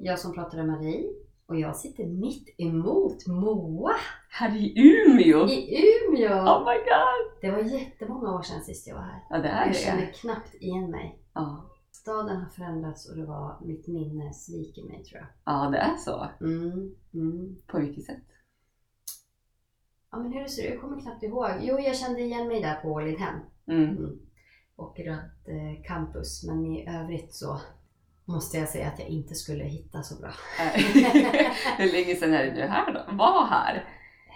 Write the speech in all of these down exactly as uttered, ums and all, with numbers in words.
Jag som pratar är Marie. Och jag sitter mitt emot Moa. Här i Umeå. I Umeå. Oh my god. Det var jättemånga år sedan sist jag var här. Ja, det är jag det. känner knappt igen mig. Ja. Staden har förändrats och det var mitt minne sviker mig, tror jag. Ja, det är så. Mm, mm. På vilket sätt? Ja, men hur det ser ut, jag kommer knappt ihåg. Jo, jag kände igen mig där på Ålidhem. Mm. Mm. Och runt eh, campus. Men i övrigt så måste jag säga att jag inte skulle hitta så bra. Hur länge sedan är det du här då? Var här?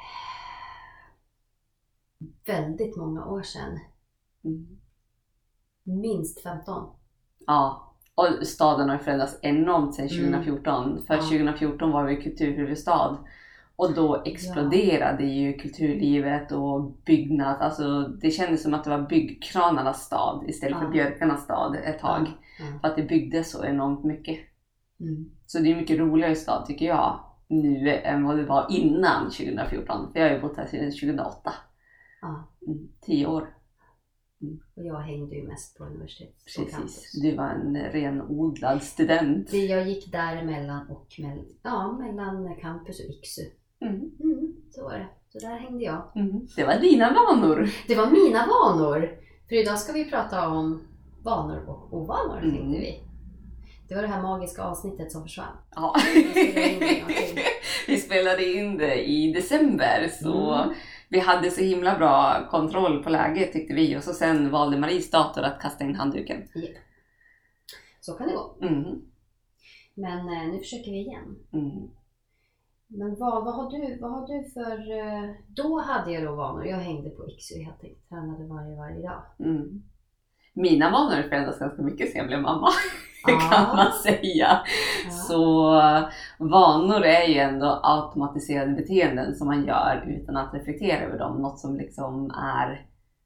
Väldigt många år sedan. Mm. Minst femton. Ja, och staden har förändrats enormt sedan tjugo fjorton. Mm. För ja. tjugo fjorton var vi kulturhuvudstad. Och då exploderade ja. ju kulturlivet och byggnad. Alltså det kändes som att det var byggkranarnas stad istället ja. för björkarnas stad ett tag. Ja. Ja. För att det byggdes så enormt mycket. Mm. Så det är mycket roligare stad tycker jag nu än vad det var innan tjugo fjorton. För jag har ju bott här sedan tjugohundraåtta. Ja. Mm, tio år. Mm. Och jag hängde ju mest på universitet. Precis, du var en renodlad student. Det jag gick däremellan och mellan, ja, mellan campus och I K S U. Mm. Mm, så var det. Så där hängde jag. Mm. Det var dina vanor. Det var mina vanor. För idag ska vi prata om vanor och ovanor, mm. tänkte vi. Det var det här magiska avsnittet som försvann. Ja. Vi spelade in det i december så mm. vi hade så himla bra kontroll på läget tyckte vi. Och så sen valde Maries dator att kasta in handduken. Ja. Så kan det gå. Mm. Men eh, nu försöker vi igen. Mm. Men vad, vad, har du, vad har du för... Då hade jag då vanor. Jag hängde på I K S U helt enkelt. Tränade varje, varje dag. Mm. Mina vanor förändras ganska mycket sen jag blev mamma. Ah. kan man säga. Ah. Så vanor är ju ändå automatiserade beteenden som man gör utan att reflektera över dem. Något som liksom är,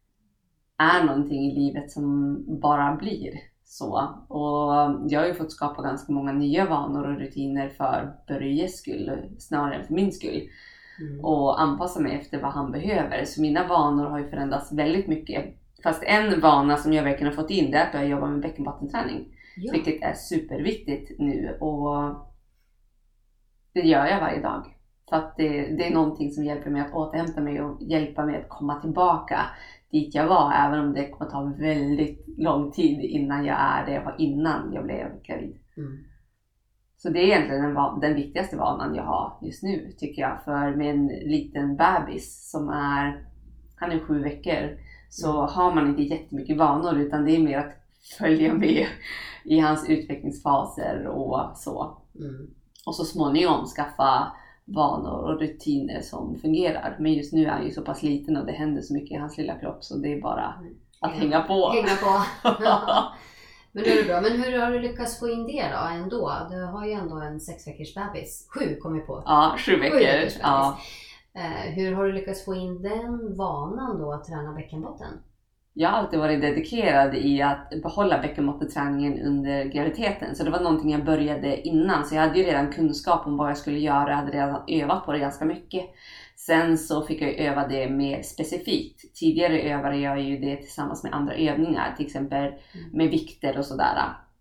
är någonting i livet som bara blir så. Och jag har ju fått skapa ganska många nya vanor och rutiner för Börjes skull snarare än för min skull. Mm. Och anpassa mig efter vad han behöver. Så mina vanor har ju förändrats väldigt mycket. Fast en vana som jag verkligen har fått in det är att jag jobbar med bäckenbottenträning. Ja. Vilket är superviktigt nu och det gör jag varje dag. För att det, det är någonting som hjälper mig att återhämta mig och hjälpa mig att komma tillbaka dit jag var. Även om det kommer ta väldigt lång tid innan jag är det jag var innan jag blev gravid. Mm. Så det är egentligen den, den viktigaste vanan jag har just nu tycker jag. För med en liten bebis som är, han är sju veckor. Så mm. har man inte jättemycket vanor utan det är mer att följa med i hans utvecklingsfaser och så. Mm. Och så småningom skaffa vanor och rutiner som fungerar. Men just nu är han ju så pass liten och det händer så mycket i hans lilla kropp så det är bara mm. att hänga på. Hänga på. Ja. Men det är bra. Men hur har du lyckats få in det då ändå? Du har ju ändå en sex veckors bebis. Sju kommer jag på. Ja, sju veckor. Sju veckors ja. Eh, hur har du lyckats få in den vanan då att träna bäckenbotten? Jag har alltid varit dedikerad i att behålla bäckenbottenträningen under graviditeten. Så det var någonting jag började innan. Så jag hade ju redan kunskap om vad jag skulle göra. Jag hade redan övat på det ganska mycket. Sen så fick jag öva det mer specifikt. Tidigare övade jag ju det tillsammans med andra övningar. Till exempel med vikter och sådär.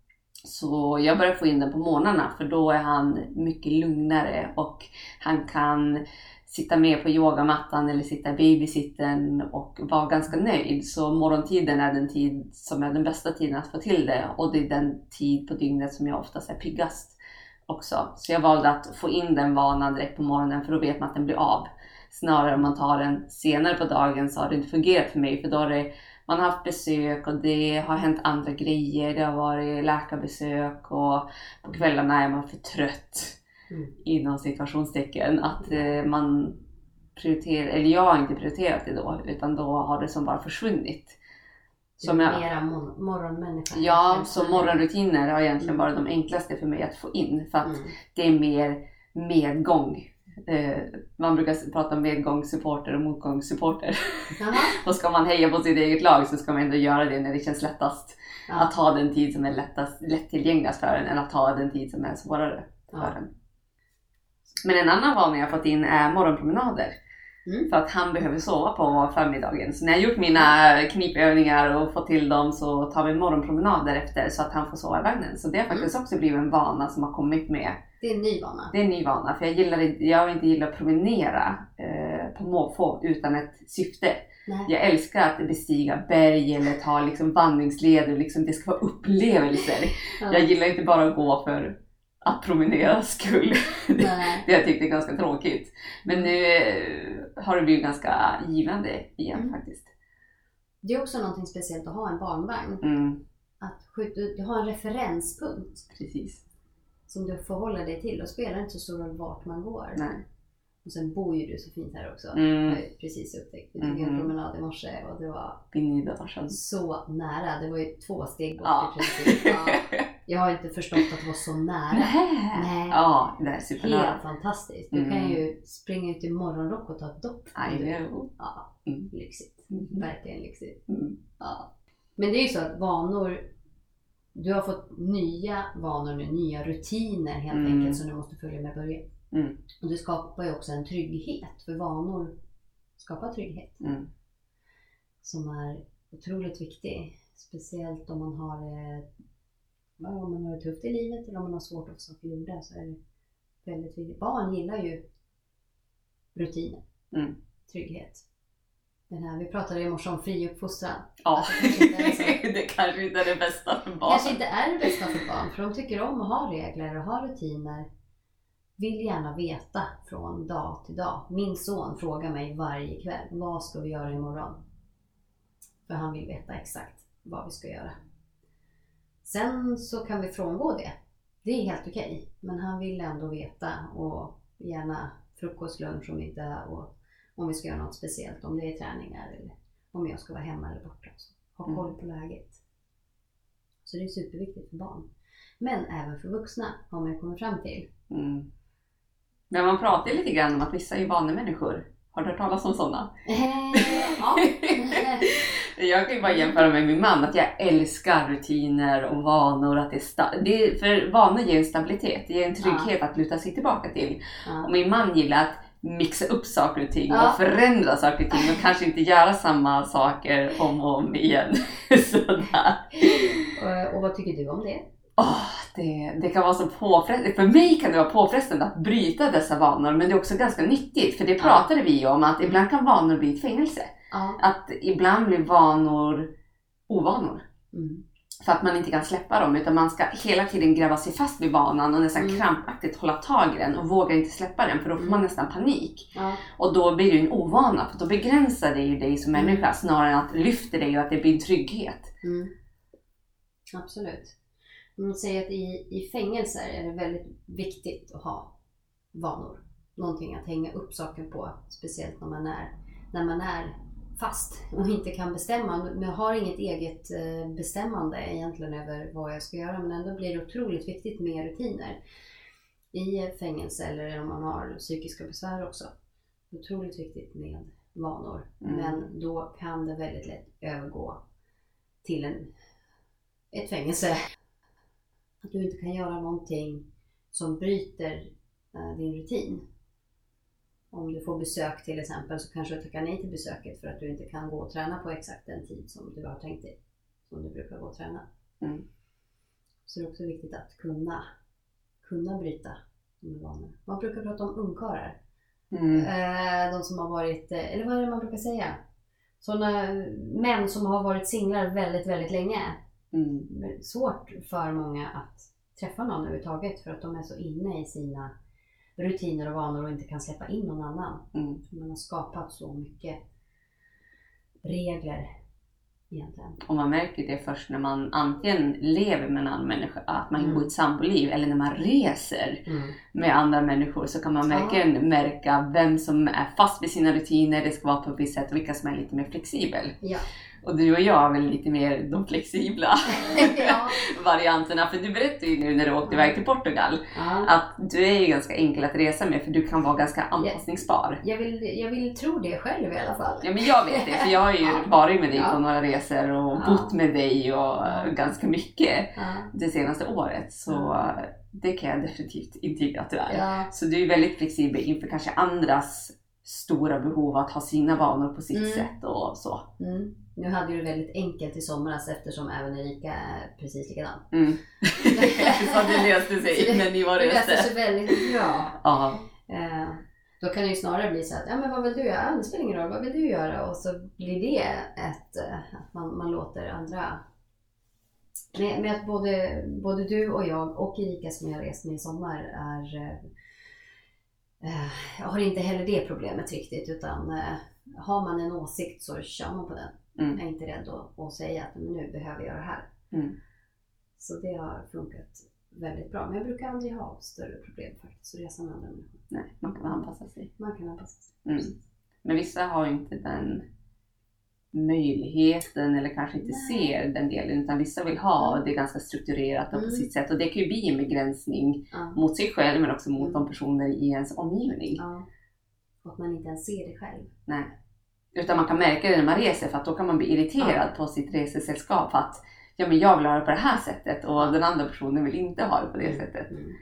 Så jag började få in den på morgnarna. För då är han mycket lugnare. Och han kan sitta med på yogamattan eller sitta i babysitten och vara ganska nöjd. Så morgontiden är den tid som är den bästa tiden att få till det. Och det är den tid på dygnet som jag oftast är piggast också. Så jag valde att få in den vanan direkt på morgonen för då vet man att den blir av. Snarare om man tar den senare på dagen så har det inte fungerat för mig. För då har det, man har haft besök och det har hänt andra grejer. Det har varit läkarbesök och på kvällarna är man för trött. Mm. Inom situationstecken att eh, man prioriterar, eller jag har inte prioriterat det då utan då har det som bara försvunnit. Som jag, mera mor- morgonmänniska. Ja, så morgonrutiner har egentligen mm. varit de enklaste för mig att få in för att mm. det är mer medgång. Eh, man brukar prata om medgångssupporter och motgångssupporter. Och ska man heja på sitt eget lag så ska man ändå göra det när det känns lättast. Ja. Att ta den tid som är lättast, lättillgängligast för en än att ta den tid som är svårare för ja. en. Men en annan vana jag har fått in är morgonpromenader. Mm. För att han behöver sova på förmiddagen. Så när jag gjort mina knipövningar och fått till dem så tar vi en morgonpromenad därefter så att han får sova i vagnen. Så det har faktiskt mm. också blivit en vana som har kommit med. Det är en ny vana. Det är en ny vana. För jag gillar inte, jag inte gillar att promenera eh, på måfå utan ett syfte. Nej. Jag älskar att bestiga berg eller ta liksom vandringsleder. Liksom, det ska vara upplevelser. Ja. Jag gillar inte bara att gå för att promenera skull. det, det jag tyckte är ganska tråkigt. Men nu eh, har det blivit ganska givande igen mm. faktiskt. Det är också någonting speciellt att ha en barnvagn. Mm. Att du, du har en referenspunkt. Precis. Som du får hålla dig till och spelar inte så stor roll vart man går. Nej. Och sen bor ju du så fint här också. Mm. Jag har ju precis upptäckt. Vi tog en mm. promenad i morse och det var så nära. Det var ju två steg bort ja. i princip. Ja. Jag har inte förstått att det var så nära. Nej. Nej. Ja, det är supernära. Helt fantastiskt. Du mm. kan ju springa ut i morgonrock och ta ett dopp. I know. Ja, mm. lyxigt. Mm. Verkligen lyxigt. Mm. Ja. Men det är ju så att vanor, du har fått nya vanor nu, nya rutiner helt mm. enkelt som du måste följa med början. Mm. Och det skapar ju också en trygghet, för vanor skapar trygghet. Mm. Som är otroligt viktig. Speciellt om man har om man har det tufft i livet eller om man har svårt att få saker gjorda, så är det väldigt viktigt. Barn gillar ju rutiner, mm. trygghet. Den här, vi pratade ju i morse om fri uppfostran. Ja, alltså, det, så, det kanske inte är det bästa för barn. Kanske inte är det bästa för barn, för de tycker om att ha regler och ha rutiner. Vill gärna veta från dag till dag. Min son frågar mig varje kväll, vad ska vi göra imorgon? För han vill veta exakt vad vi ska göra. Sen så kan vi frångå det. Det är helt okej. Men han vill ändå veta, och gärna frukost, lunch och middag, och om vi ska göra något speciellt, om det är träningar eller om jag ska vara hemma eller borta. Så ha koll på läget. Så det är superviktigt för barn. Men även för vuxna, har man kommit fram till. Mm. Men man pratar lite grann om att vissa är vanemänniskor. Har du hört talas om sådana? Ja. Jag kan ju bara jämföra med min man, att jag älskar rutiner och vanor. Att det är sta- det är, för vanor ger en stabilitet, det ger en trygghet ja. att luta sig tillbaka till. Ja. Och min man gillar att mixa upp saker och ting ja. och förändra saker och ting och kanske inte göra samma saker om och om igen. Sådär. Och, och vad tycker du om det? Oh, det, det kan vara så påfrestande. För mig kan det vara påfrestande att bryta dessa vanor, men det är också ganska nyttigt. För det pratade ja. vi om, att ibland kan vanor bli ett fängelse. Ja. Att ibland blir vanor ovanor. Mm. För att man inte kan släppa dem, utan man ska hela tiden gräva sig fast vid vanan och nästan mm. krampaktigt hålla tag i den och våga inte släppa den, för då får man nästan panik. Ja. Och då blir det en ovana, för då begränsar det ju dig som mm. människa snarare än att det lyfter dig och att det blir en trygghet. Mm. Absolut. Man säger att i, i fängelser är det väldigt viktigt att ha vanor. Någonting att hänga upp saker på, speciellt när man är, när man är fast och inte kan bestämma. Men jag har inget eget bestämmande egentligen över vad jag ska göra, men ändå blir det otroligt viktigt med rutiner i fängelse, eller om man har psykiska besvär också. Otroligt viktigt med vanor, mm. men då kan det väldigt lätt övergå till en, ett fängelse. Att du inte kan göra någonting som bryter uh, din rutin. Om du får besök till exempel, så kanske du tackar nej till besöket för att du inte kan gå och träna på exakt den tid som du har tänkt dig. Som du brukar gå och träna. Mm. Så det är också viktigt att kunna, kunna bryta de vanorna. Man brukar prata om ungkarlar. Mm. Uh, de som har varit, eller vad är det man brukar säga? Sådana män som har varit singlar väldigt, väldigt länge. Mm. Svårt för många att träffa någon överhuvudtaget, för att de är så inne i sina rutiner och vanor och inte kan släppa in någon annan. Mm. Man har skapat så mycket regler egentligen. Och man märker det först när man antingen lever med en annan människa, att man mm. går ett samboliv, eller när man reser mm. med andra människor, så kan man verkligen ja. märka vem som är fast vid sina rutiner, det ska vara på ett visst sätt, och vilka som är lite mer flexibel. Ja. Och du och jag är väl lite mer de flexibla ja. varianterna. För du berättade ju nu när du åkte iväg till Portugal ja. att du är ju ganska enkel att resa med, för du kan vara ganska anpassningsbar. Jag vill, jag vill tro det själv i alla fall. Ja, men jag vet det, för jag har ju ja. varit med dig ja. på några resor och ja. bott med dig och ja. ganska mycket ja. det senaste året. Så ja. det kan jag definitivt intyga att du är. Ja. Så du är väldigt flexibel inför kanske andras stora behov att ha sina vanor på sitt Mm. sätt och så. Mm. Nu hade du det väldigt enkelt i somras eftersom även Erika är precis likadan. Mm. Så det löste sig Så det, när ni var det löste reste. sig väldigt bra. Ja. Eh, då kan det ju snarare bli så att, ja men vad vill du göra? Ja, det spelar ingen roll, vad vill du göra? Och så blir det ett, eh, att man, man låter andra. Med, med att både, både du och jag och Erika som jag har rest med i sommar är, eh, jag har inte heller det problemet riktigt, utan eh, har man en åsikt så kör man på den. Mm. Jag är inte rädd att, att säga att men nu behöver jag göra det här. Mm. Så det har funkat väldigt bra. Men jag brukar aldrig ha större problem faktiskt att resa med andra människor. Nej, man kan anpassa sig. Man kan anpassa sig. Mm. Men vissa har ju inte den möjligheten eller kanske inte Nej. ser den delen, utan vissa vill ha Mm. det ganska strukturerat och på Mm. sitt sätt, och det kan ju bli en begränsning Ja. mot sig själv men också mot Mm. de personer i ens omgivning. Ja. Och att man inte ens ser det själv. Nej. Utan man kan märka det när man reser, för att då kan man bli irriterad Ja. på sitt resesällskap för att ja, men jag vill ha det på det här sättet och den andra personen vill inte ha det på det sättet. Mm.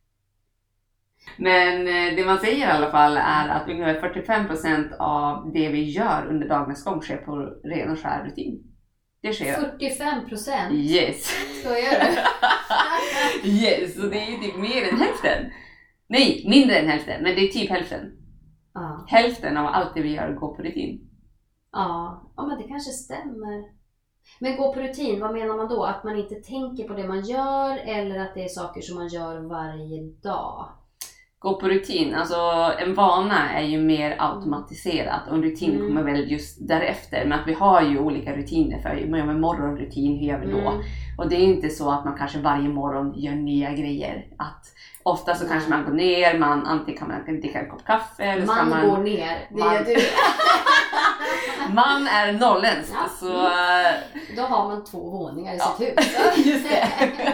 Men eh, det man säger i alla fall är att ungefär fyrtiofem procent av det vi gör under dagens gång sker på ren och skär rutin. Det sker. fyrtiofem procent? Yes. Skojar du? Yes, så det är ju typ mer än hälften. Nej, mindre än hälften, men det är typ hälften. Ja. Hälften av allt det vi gör går på rutin. Ja. Ja, men det kanske stämmer. Men gå på rutin, vad menar man då? Att man inte tänker på det man gör eller att det är saker som man gör varje dag? Gå på rutin, alltså en vana är ju mer automatiserat och en rutin Mm. kommer väl just därefter. Men att vi har ju olika rutiner för med en morgonrutin, hur gör vi då? Mm. Och det är inte så att man kanske varje morgon gör nya grejer. Att ofta så Nej. kanske man går ner, man antingen kan man dricka en kopp kaffe eller Man, ska man... går ner, det Man- gör du. Man är norrländsk, Ja. så... äh, Då har man två våningar i Ja. sitt hus. Just det.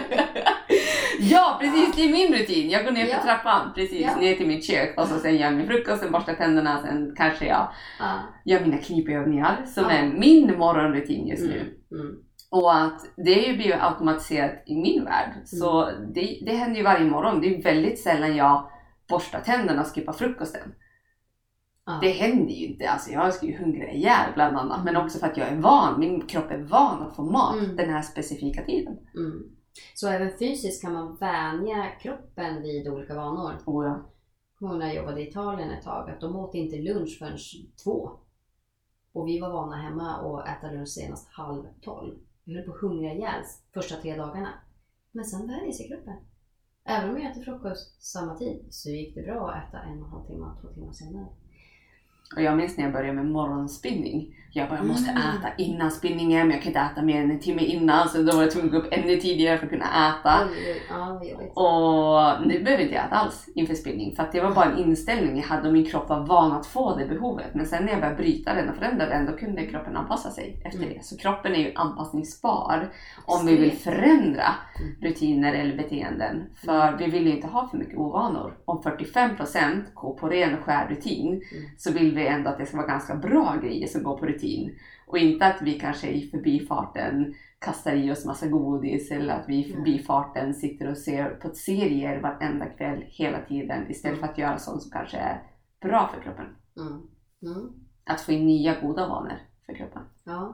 Ja, precis, det är min rutin. Jag går ner för Ja. trappan, precis, Ja. ner till mitt kök och så sen gör jag min frukost, sen borstar tänderna, sen kanske jag Ja. gör mina knipövningar som Ja. är min morgonrutin just nu. Mm. Mm. Och att det är ju blivit automatiserat i min värld. Så det, det händer ju varje morgon. Det är väldigt sällan jag borstar tänderna och skippar frukosten. Ja. Det händer ju inte. Alltså jag ska ju hungra ihjäl bland annat. Men också för att jag är van. Min kropp är van att få mat Mm. den här specifika tiden. Mm. Så även fysiskt kan man vänja kroppen vid olika vanor. Och ja. Kommer när jag jobbade i Italien ett tag att de åt inte lunch förrän två. Och vi var vana hemma och äta lunch senast halv tolv. Vi höll på att hungra ihjäl första tre dagarna. Men sen vänjer sig kroppen. Även om jag äter frukost samma tid så gick det bra att äta en och en halv timme, två timmar senare. Och jag minns när jag började med morgonspinning. Jag bara, jag måste Mm. äta innan spinningen, men jag kan inte äta mer än en timme innan. Så då var jag tvungen att gå upp ännu tidigare för att kunna äta. Oj, oj, ja, vad jobbigt. Och nu behöver inte jag äta alls inför spinning. För att det var bara en inställning jag hade och min kropp var van att få det behovet. Men sen när jag började bryta den och förändra den, då kunde kroppen anpassa sig efter Mm. det. Så kroppen är ju anpassningsbar om vi vill förändra rutiner eller beteenden. För vi vill ju inte ha för mycket ovanor. Om fyrtiofem procent går på ren och skär rutin Mm. så vill vi ändå att det ska vara ganska bra grejer som går på rutin. Och inte att vi kanske i förbifarten kastar i oss massa godis eller att vi i förbifarten sitter och ser på serier varenda kväll hela tiden istället för att göra sånt som kanske är bra för kroppen. Mm. Mm. Att få in nya goda vanor för kroppen. Ja.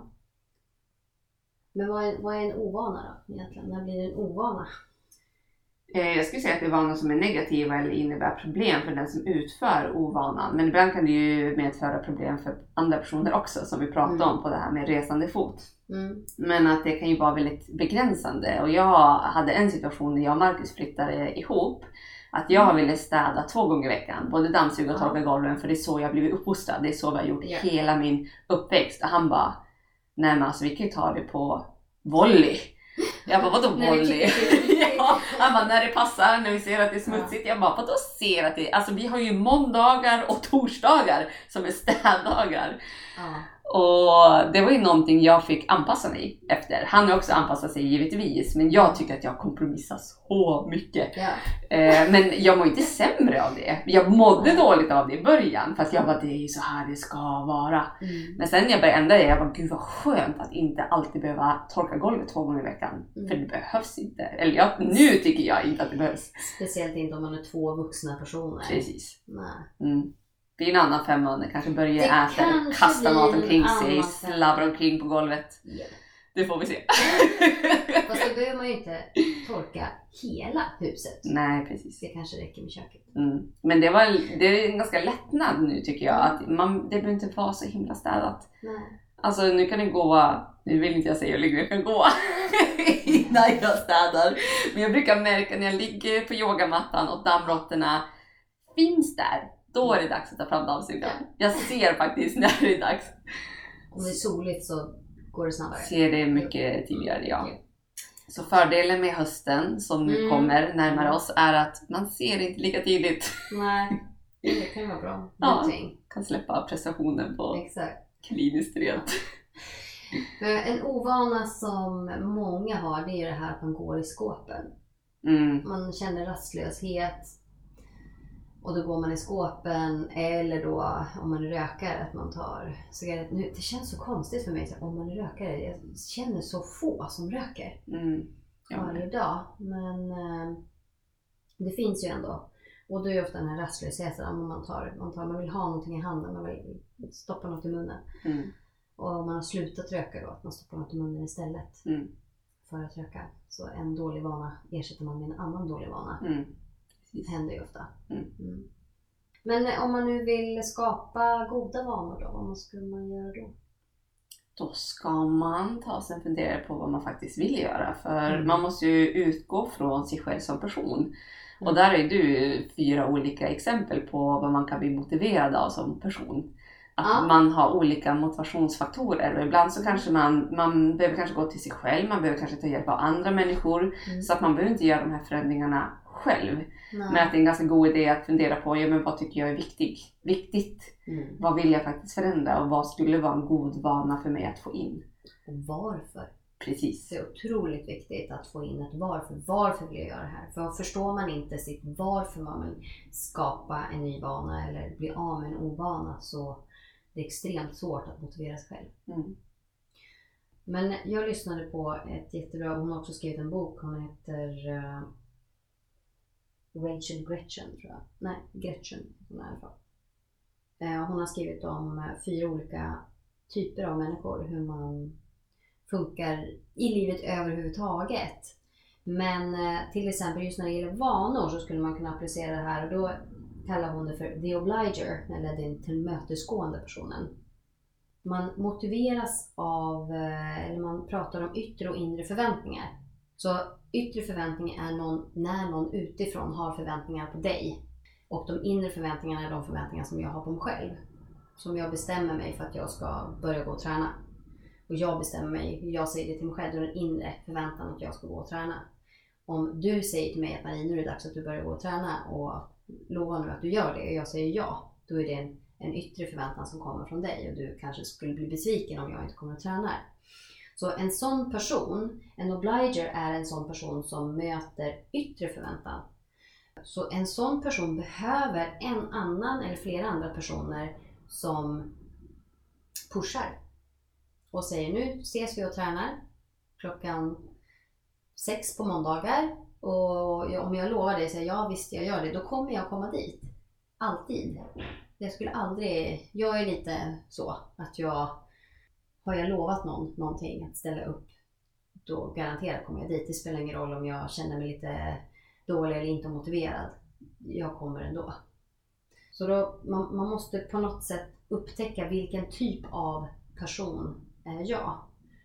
Men vad är, vad är en ovana då egentligen? När blir det en ovana? Eh, Jag skulle säga att det är vanor som är negativa eller innebär problem för den som utför ovanan. Men ibland kan det ju medföra problem för andra personer också, som vi pratade Mm. om på det här med resande fot. Mm. Men att det kan ju vara väldigt begränsande. Och jag hade en situation när jag och Marcus flyttade ihop. Att jag ville städa två gånger i veckan. Både dammsuga och torka golven. För det är så jag blivit uppfostrad. Det är så vi har gjort Ja. hela min uppväxt. Och han bara, nej men alltså vi kan ju ta det på volley. Jag bara, vadå När vi volley? tycker det är Ja, han bara, när det passar, när vi ser att det är smutsigt. Jag bara, vadå ser att det är? Alltså vi har ju måndagar och torsdagar som är städdagar. Ja. Och det var ju någonting jag fick anpassa mig efter. Han har också anpassat sig givetvis, men jag tycker att jag kompromissar så mycket. Ja. Eh, men jag mår inte sämre av det. Jag mådde dåligt av det i början, fast jag bara, det är ju så här det ska vara. Mm. Men sen när jag började ändra det, jag bara, gud vad skönt att inte alltid behöva torka golvet två gånger i veckan. Mm. För det behövs inte. Eller jag, nu tycker jag inte att det behövs. Speciellt inte om man är två vuxna personer. Precis. Nej. Mm. Det är en annan femma, kanske börjar Det äta, kanske kasta blir mat en omkring annan sig, femma. slabbra omkring på golvet. Yep. Det får vi se. Fast då behöver man ju inte torka hela huset. Nej, precis. Det kanske räcker med köket. Mm. Men det, var, det är en ganska lättnad nu tycker jag. Att man, det behöver inte vara så himla städat. Nej. Alltså nu kan det gå, nu vill inte jag säga hur länge jag kan gå innan jag städar. Men jag brukar märka när jag ligger på yogamattan och dammråttorna finns där. Då är det dags att ta fram dammsugaren. Jag ser faktiskt när det är dags. Om det är soligt så går det snabbare. Ser det mycket tidigare, ja. Så fördelen med hösten som nu Mm. kommer närmare oss är att man ser inte lika tydligt. Nej, det kan ju vara bra. Ja. Någonting. Kan släppa prestationen på Exakt. kliniskt rent. En ovana som många har, det är det här att man går i skåpen. Mm. Man känner rastlöshet och då går man i skåpen, eller då om man är rökare att man tar cigarett. Nu, det känns så konstigt för mig, så om man är rökare, jag känner så få som röker Mm. Ja. varje dag, men eh, det finns ju ändå. Och då är ofta den här rastlösheten, om man tar, man tar, man vill ha någonting i handen, man vill stoppa något i munnen. Mm. Och om man har slutat röka då, att man stoppar något i munnen istället Mm. för att röka. Så en dålig vana ersätter man med en annan dålig vana. Mm. Det händer ju ofta. Mm. Mm. Men om man nu vill skapa goda vanor då, vad skulle man göra då? Då ska man ta sig en funderare på vad man faktiskt vill göra. För Mm. man måste ju utgå från sig själv som person. Mm. Och där är du fyra olika exempel på vad man kan bli motiverad av som person. Att Ja. man har olika motivationsfaktorer. Och ibland så kanske man, man behöver kanske gå till sig själv. Man behöver kanske ta hjälp av andra människor. Mm. Så att man behöver inte göra de här förändringarna själv. Nej. Men att det är en ganska god idé att fundera på, ja, men vad tycker jag är viktig, viktigt? Mm. Vad vill jag faktiskt förändra och vad skulle vara en god vana för mig att få in? Och varför? Precis. Det är otroligt viktigt att få in ett varför. Varför vill jag göra det här? För förstår man inte sitt varför man vill skapa en ny vana eller bli av med en ovana, så det är extremt svårt att motivera sig själv. Mm. Men jag lyssnade på ett jättebra, hon har också skrivit en bok, hon heter uh, Rachel Gretchen tror jag. Nej, Gretchen hon är i alla fall. Uh, hon har skrivit om uh, fyra olika typer av människor, hur man funkar i livet överhuvudtaget. Men uh, till exempel just när det gäller vanor så skulle man kunna applicera det här, och då kallar hon det för the obliger, eller den tillmötesgående personen. Man motiveras av, eller man pratar om yttre och inre förväntningar. Så yttre förväntningar är någon, när någon utifrån har förväntningar på dig. Och de inre förväntningarna är de förväntningar som jag har på mig själv. Som jag bestämmer mig för att jag ska börja gå och träna. Och jag bestämmer mig, jag säger det till mig själv, då är den inre förväntan att jag ska gå och träna. Om du säger till mig att Marie, nu är det dags att du börjar gå och träna och lovar nu att du gör det och jag säger ja, då är det en, en yttre förväntan som kommer från dig och du kanske skulle bli besviken om jag inte kommer att träna. Så en sån person, en obliger, är en sån person som möter yttre förväntan. Så en sån person behöver en annan eller flera andra personer som pushar och säger nu ses vi och tränar klockan sex på måndagar. Och om jag lovar dig, säger ja visst jag gör det, då kommer jag komma dit. Alltid. Jag skulle aldrig, jag är lite så att jag, har jag lovat någon någonting att ställa upp, då garanterat kommer jag dit. Det spelar ingen roll om jag känner mig lite dålig eller inte motiverad. Jag kommer ändå. Så då, man, man måste på något sätt upptäcka vilken typ av person är jag.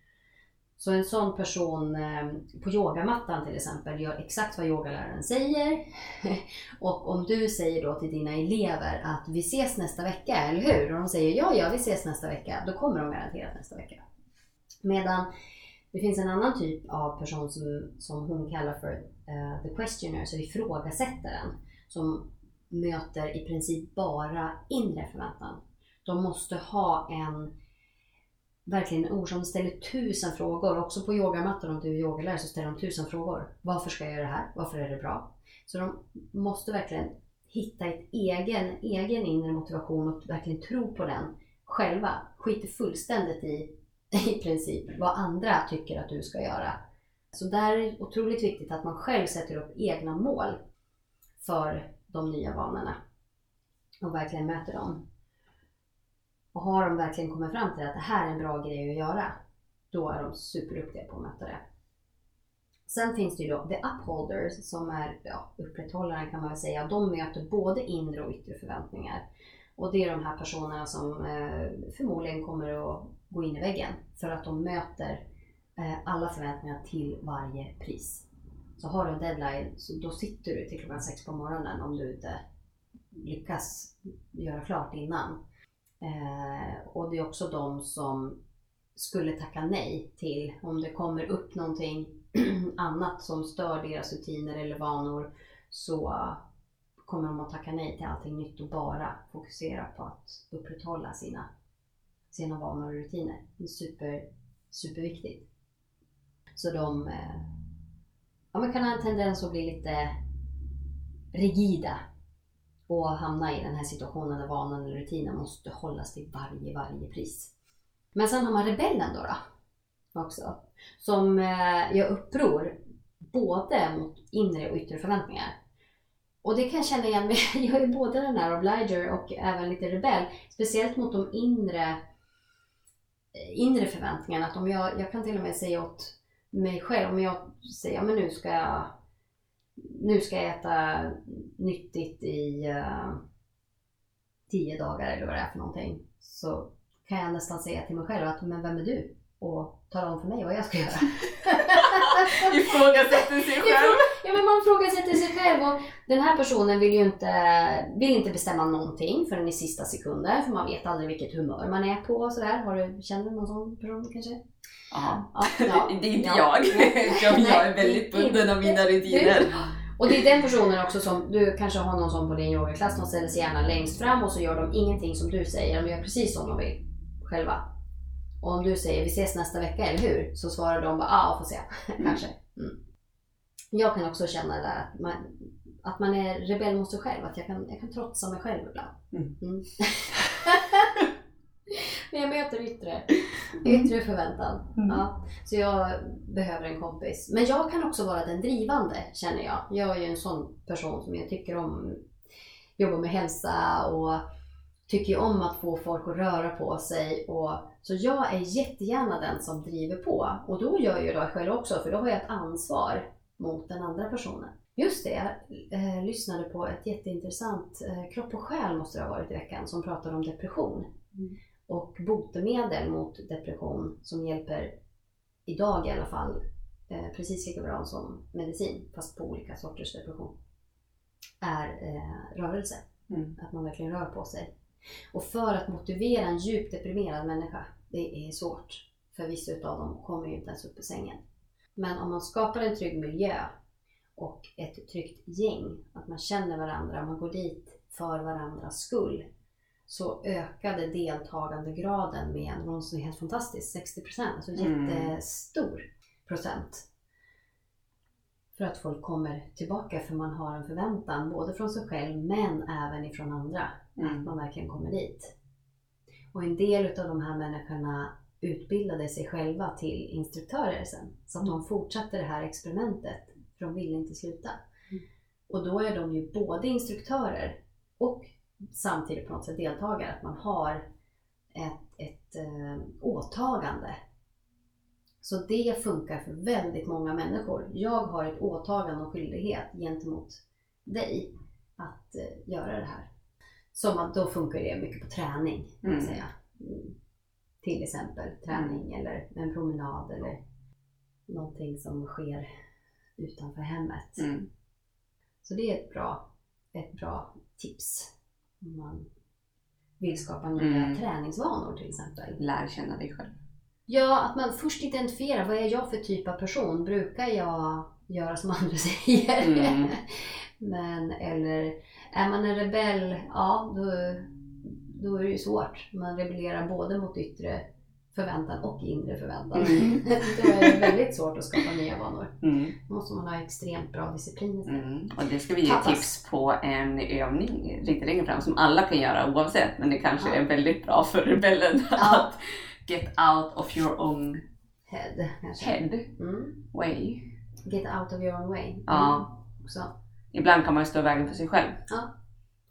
Så en sån person eh, på yogamattan till exempel gör exakt vad yogaläraren säger. Och om du säger då till dina elever att vi ses nästa vecka, eller hur? Och de säger ja, ja vi ses nästa vecka, då kommer de garanterat nästa vecka. Medan det finns en annan typ av person som, som hon kallar för uh, the questioner, så ifrågasättaren, som möter i princip bara inre förväntan. De måste ha en verkligen en ord som ställer tusen frågor. Också på yogamattan, om du är yogalärare, så ställer de tusen frågor. Varför ska jag göra det här? Varför är det bra? Så de måste verkligen hitta ett egen, egen inre motivation och verkligen tro på den själva. Skiter fullständigt i, i princip vad andra tycker att du ska göra. Så där är det otroligt viktigt att man själv sätter upp egna mål för de nya vanorna. och verkligen möter dem. Och har de verkligen kommit fram till att det här är en bra grej att göra, då är de superduktiga på att möta det. Sen finns det ju då the upholders som är ja, upprätthållaren kan man väl säga. De möter både inre och yttre förväntningar. Och det är de här personerna som eh, förmodligen kommer att gå in i väggen. För att de möter eh, alla förväntningar till varje pris. Så har du en deadline så då sitter du till klockan sex på morgonen om du inte lyckas göra klart innan. Eh, och det är också de som skulle tacka nej till om det kommer upp någonting annat som stör deras rutiner eller vanor, så kommer de att tacka nej till allting nytt och bara fokusera på att upprätthålla sina, sina vanor och rutiner. Det är super, superviktigt. Så de ja, man kan ha en tendens att bli lite rigida och hamna i den här situationen där vanan eller rutinen måste hållas till varje, varje pris. Men sen har man rebellen då, då också. Som eh, gör uppror både mot inre och yttre förväntningar. Och det kan jag känna igen med. Jag är både den här obliger och även lite rebell. Speciellt mot de inre, inre förväntningarna. Att om jag, jag kan till och med säga åt mig själv. Om jag säger ja, men nu ska jag, nu ska jag äta nyttigt i uh, tio dagar eller vad det är för någonting. Så kan jag nästan säga till mig själv att men vem är du? Och tala om för mig vad jag ska göra. Ifrågasätter sig själv. Ja, men man ifrågasätter sig själv. Och den här personen vill ju inte, vill inte bestämma någonting förrän i sista sekunder. För man vet aldrig vilket humör man är på. Och sådär. Har du, känner du någon sån person kanske? Aha. Ja, ja. Det är inte ja. jag. jag är väldigt bunden av mina rutiner. Och det är den personen också som, du kanske har någon sån på din yogaklass. De ställer sig gärna längst fram och så gör de ingenting som du säger. De gör precis som de vill själva. Och om du säger vi ses nästa vecka, eller hur? Så svarar de bara, ja, får se. Kanske. Mm. Jag kan också känna det där att man, att man är rebell mot sig själv. Att jag kan, jag kan trotsa mig själv ibland. Mm. Mm. Men jag möter yttre, yttre förväntan. Mm. Ja. Så jag behöver en kompis. Men jag kan också vara den drivande, känner jag. Jag är ju en sån person som jag tycker om jobba med hälsa och tycker om att få folk att röra på sig. Och, så jag är jättegärna den som driver på. Och då gör jag det själv också, för då har jag ett ansvar mot den andra personen. Just det, jag eh, lyssnade på ett jätteintressant eh, kropp och själ måste det ha varit i veckan som pratar om depression. Mm. Och botemedel mot depression som hjälper idag i alla fall eh, precis lika bra som medicin, fast på olika sorters depression, är eh, rörelse. Mm. Att man verkligen rör på sig. Och för att motivera en djupt deprimerad människa, det är svårt. För vissa av dem kommer ju inte ens upp i sängen. Men om man skapar en trygg miljö och ett tryggt gäng, att man känner varandra, man går dit för varandras skull, så ökade deltagandegraden med något som är helt fantastiskt, sextio procent, alltså jättestor procent. För att folk kommer tillbaka, för man har en förväntan både från sig själv men även ifrån andra. Mm. Att man verkligen kommer dit. Och en del av de här människorna utbildade sig själva till instruktörer sen. Så att de fortsatte det här experimentet, för de ville inte sluta. Mm. Och då är de ju både instruktörer och samtidigt på något sätt deltagare. Att man har ett, ett äh, åtagande. Så det funkar för väldigt många människor. Jag har ett åtagande och skyldighet gentemot dig att äh, göra det här. Som att då funkar det mycket på träning, kan man säga. Mm. Till exempel träning mm. eller en promenad eller någonting som sker utanför hemmet. Mm. Så det är ett bra, ett bra tips om man vill skapa nya mm. träningsvanor till exempel. Lär känna dig själv. Ja, att man först identifierar vad är jag för typ av person. Brukar jag göra som andra säger? Mm. Men, eller är man en rebell, ja då, då är det ju svårt. Man rebellerar både mot yttre förväntan och inre förväntan. Mm. Då är det väldigt svårt att skapa nya vanor. Mm. Då måste man ha extremt bra disciplin. Mm. Och det ska vi ge Tappas. tips på en övning lite längre fram som alla kan göra oavsett. Men det kanske ja. är väldigt bra för rebellen ja. att get out of your own head. head. Mm. way. Get out of your own way. Mm. Ja. Så. Ibland kan man ju stå i vägen för sig själv. Ja.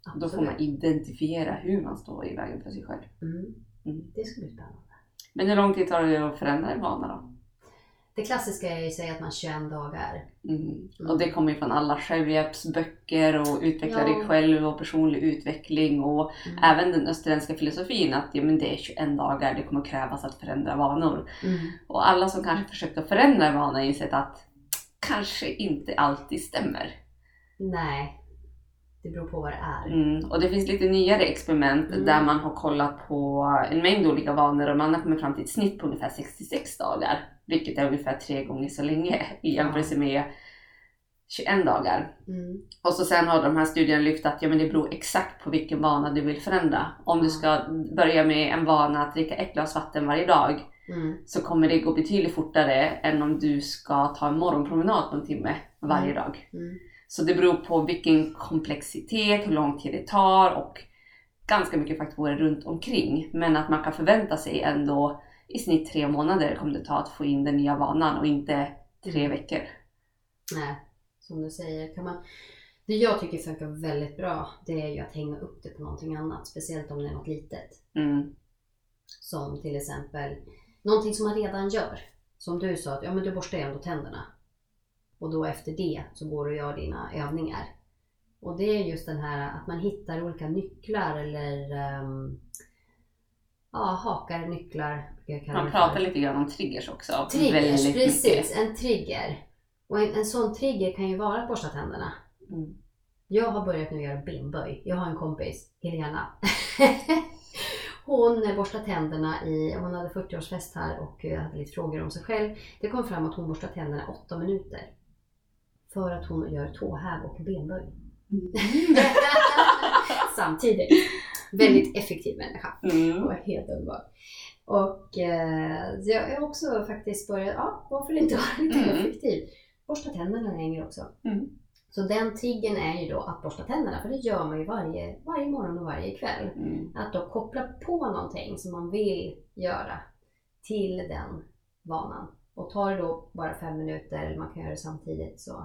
Då får man identifiera hur man står i vägen för sig själv. Mm. Mm. Det ska bli spännande. Men hur lång tid tar det att förändra en vana då? Det klassiska är ju att säga att man tjugoett dagar. Mm. Mm. Och det kommer ju från alla självhjälpsböcker och utveckla ja. dig själv och personlig utveckling. Och mm. även den österländska filosofin att ja, men det är tjugoett dagar det kommer krävas att förändra vanor. Mm. Och alla som kanske försökt att förändra en vana har insett att kanske inte alltid stämmer. Nej. Det beror på vad det är. Mm, och det finns lite nyare experiment mm. där man har kollat på en mängd olika vanor och man har kommit fram till ett snitt på ungefär sextiosex dagar. Vilket är ungefär tre gånger så länge i jämförelse med tjugoett dagar. Mm. Och så sen har de här studierna lyft att ja, men det beror exakt på vilken vana du vill förändra. Om mm. du ska börja med en vana att dricka ett glas vatten varje dag mm. så kommer det gå betydligt fortare än om du ska ta en morgonpromenad på en timme varje mm. dag. Mm. Så det beror på vilken komplexitet, hur lång tid det tar och ganska mycket faktorer runt omkring. Men att man kan förvänta sig ändå i snitt tre månader kommer det ta att få in den nya vanan och inte tre veckor. Nej, som du säger. Kan man, det jag tycker funkar väldigt bra det är ju att hänga upp det på någonting annat. Speciellt om det är något litet. Mm. Som till exempel någonting som man redan gör. Som du sa, att ja, men du borstar ändå tänderna. Och då efter det så går du och gör dina övningar. Och det är just den här att man hittar olika nycklar eller um, ja, hakar, nycklar. Man pratar lite grann om triggers också. Triggers, precis. Mycket. En trigger. Och en, en sån trigger kan ju vara att borsta tänderna. Mm. Jag har börjat nu göra benböj. Jag har en kompis, Helena. Hon borstade tänderna i, hon hade fyrtioårsfest här och hade lite frågor om sig själv. Det kom fram att hon borstade tänderna åtta minuter. För att hon gör tåhäv och benböj. Mm. Samtidigt. Väldigt effektiv människa. Mm. Och helt underbar. Och eh, jag har också faktiskt börjat, ja, varför inte vara lite mm. effektiv? Borsta tänderna längre också. Mm. Så den triggen är ju då att borsta tänderna. För det gör man ju varje, varje morgon och varje kväll. Mm. Att då koppla på någonting som man vill göra till den vanan. Och tar det då bara fem minuter eller man kan göra det samtidigt så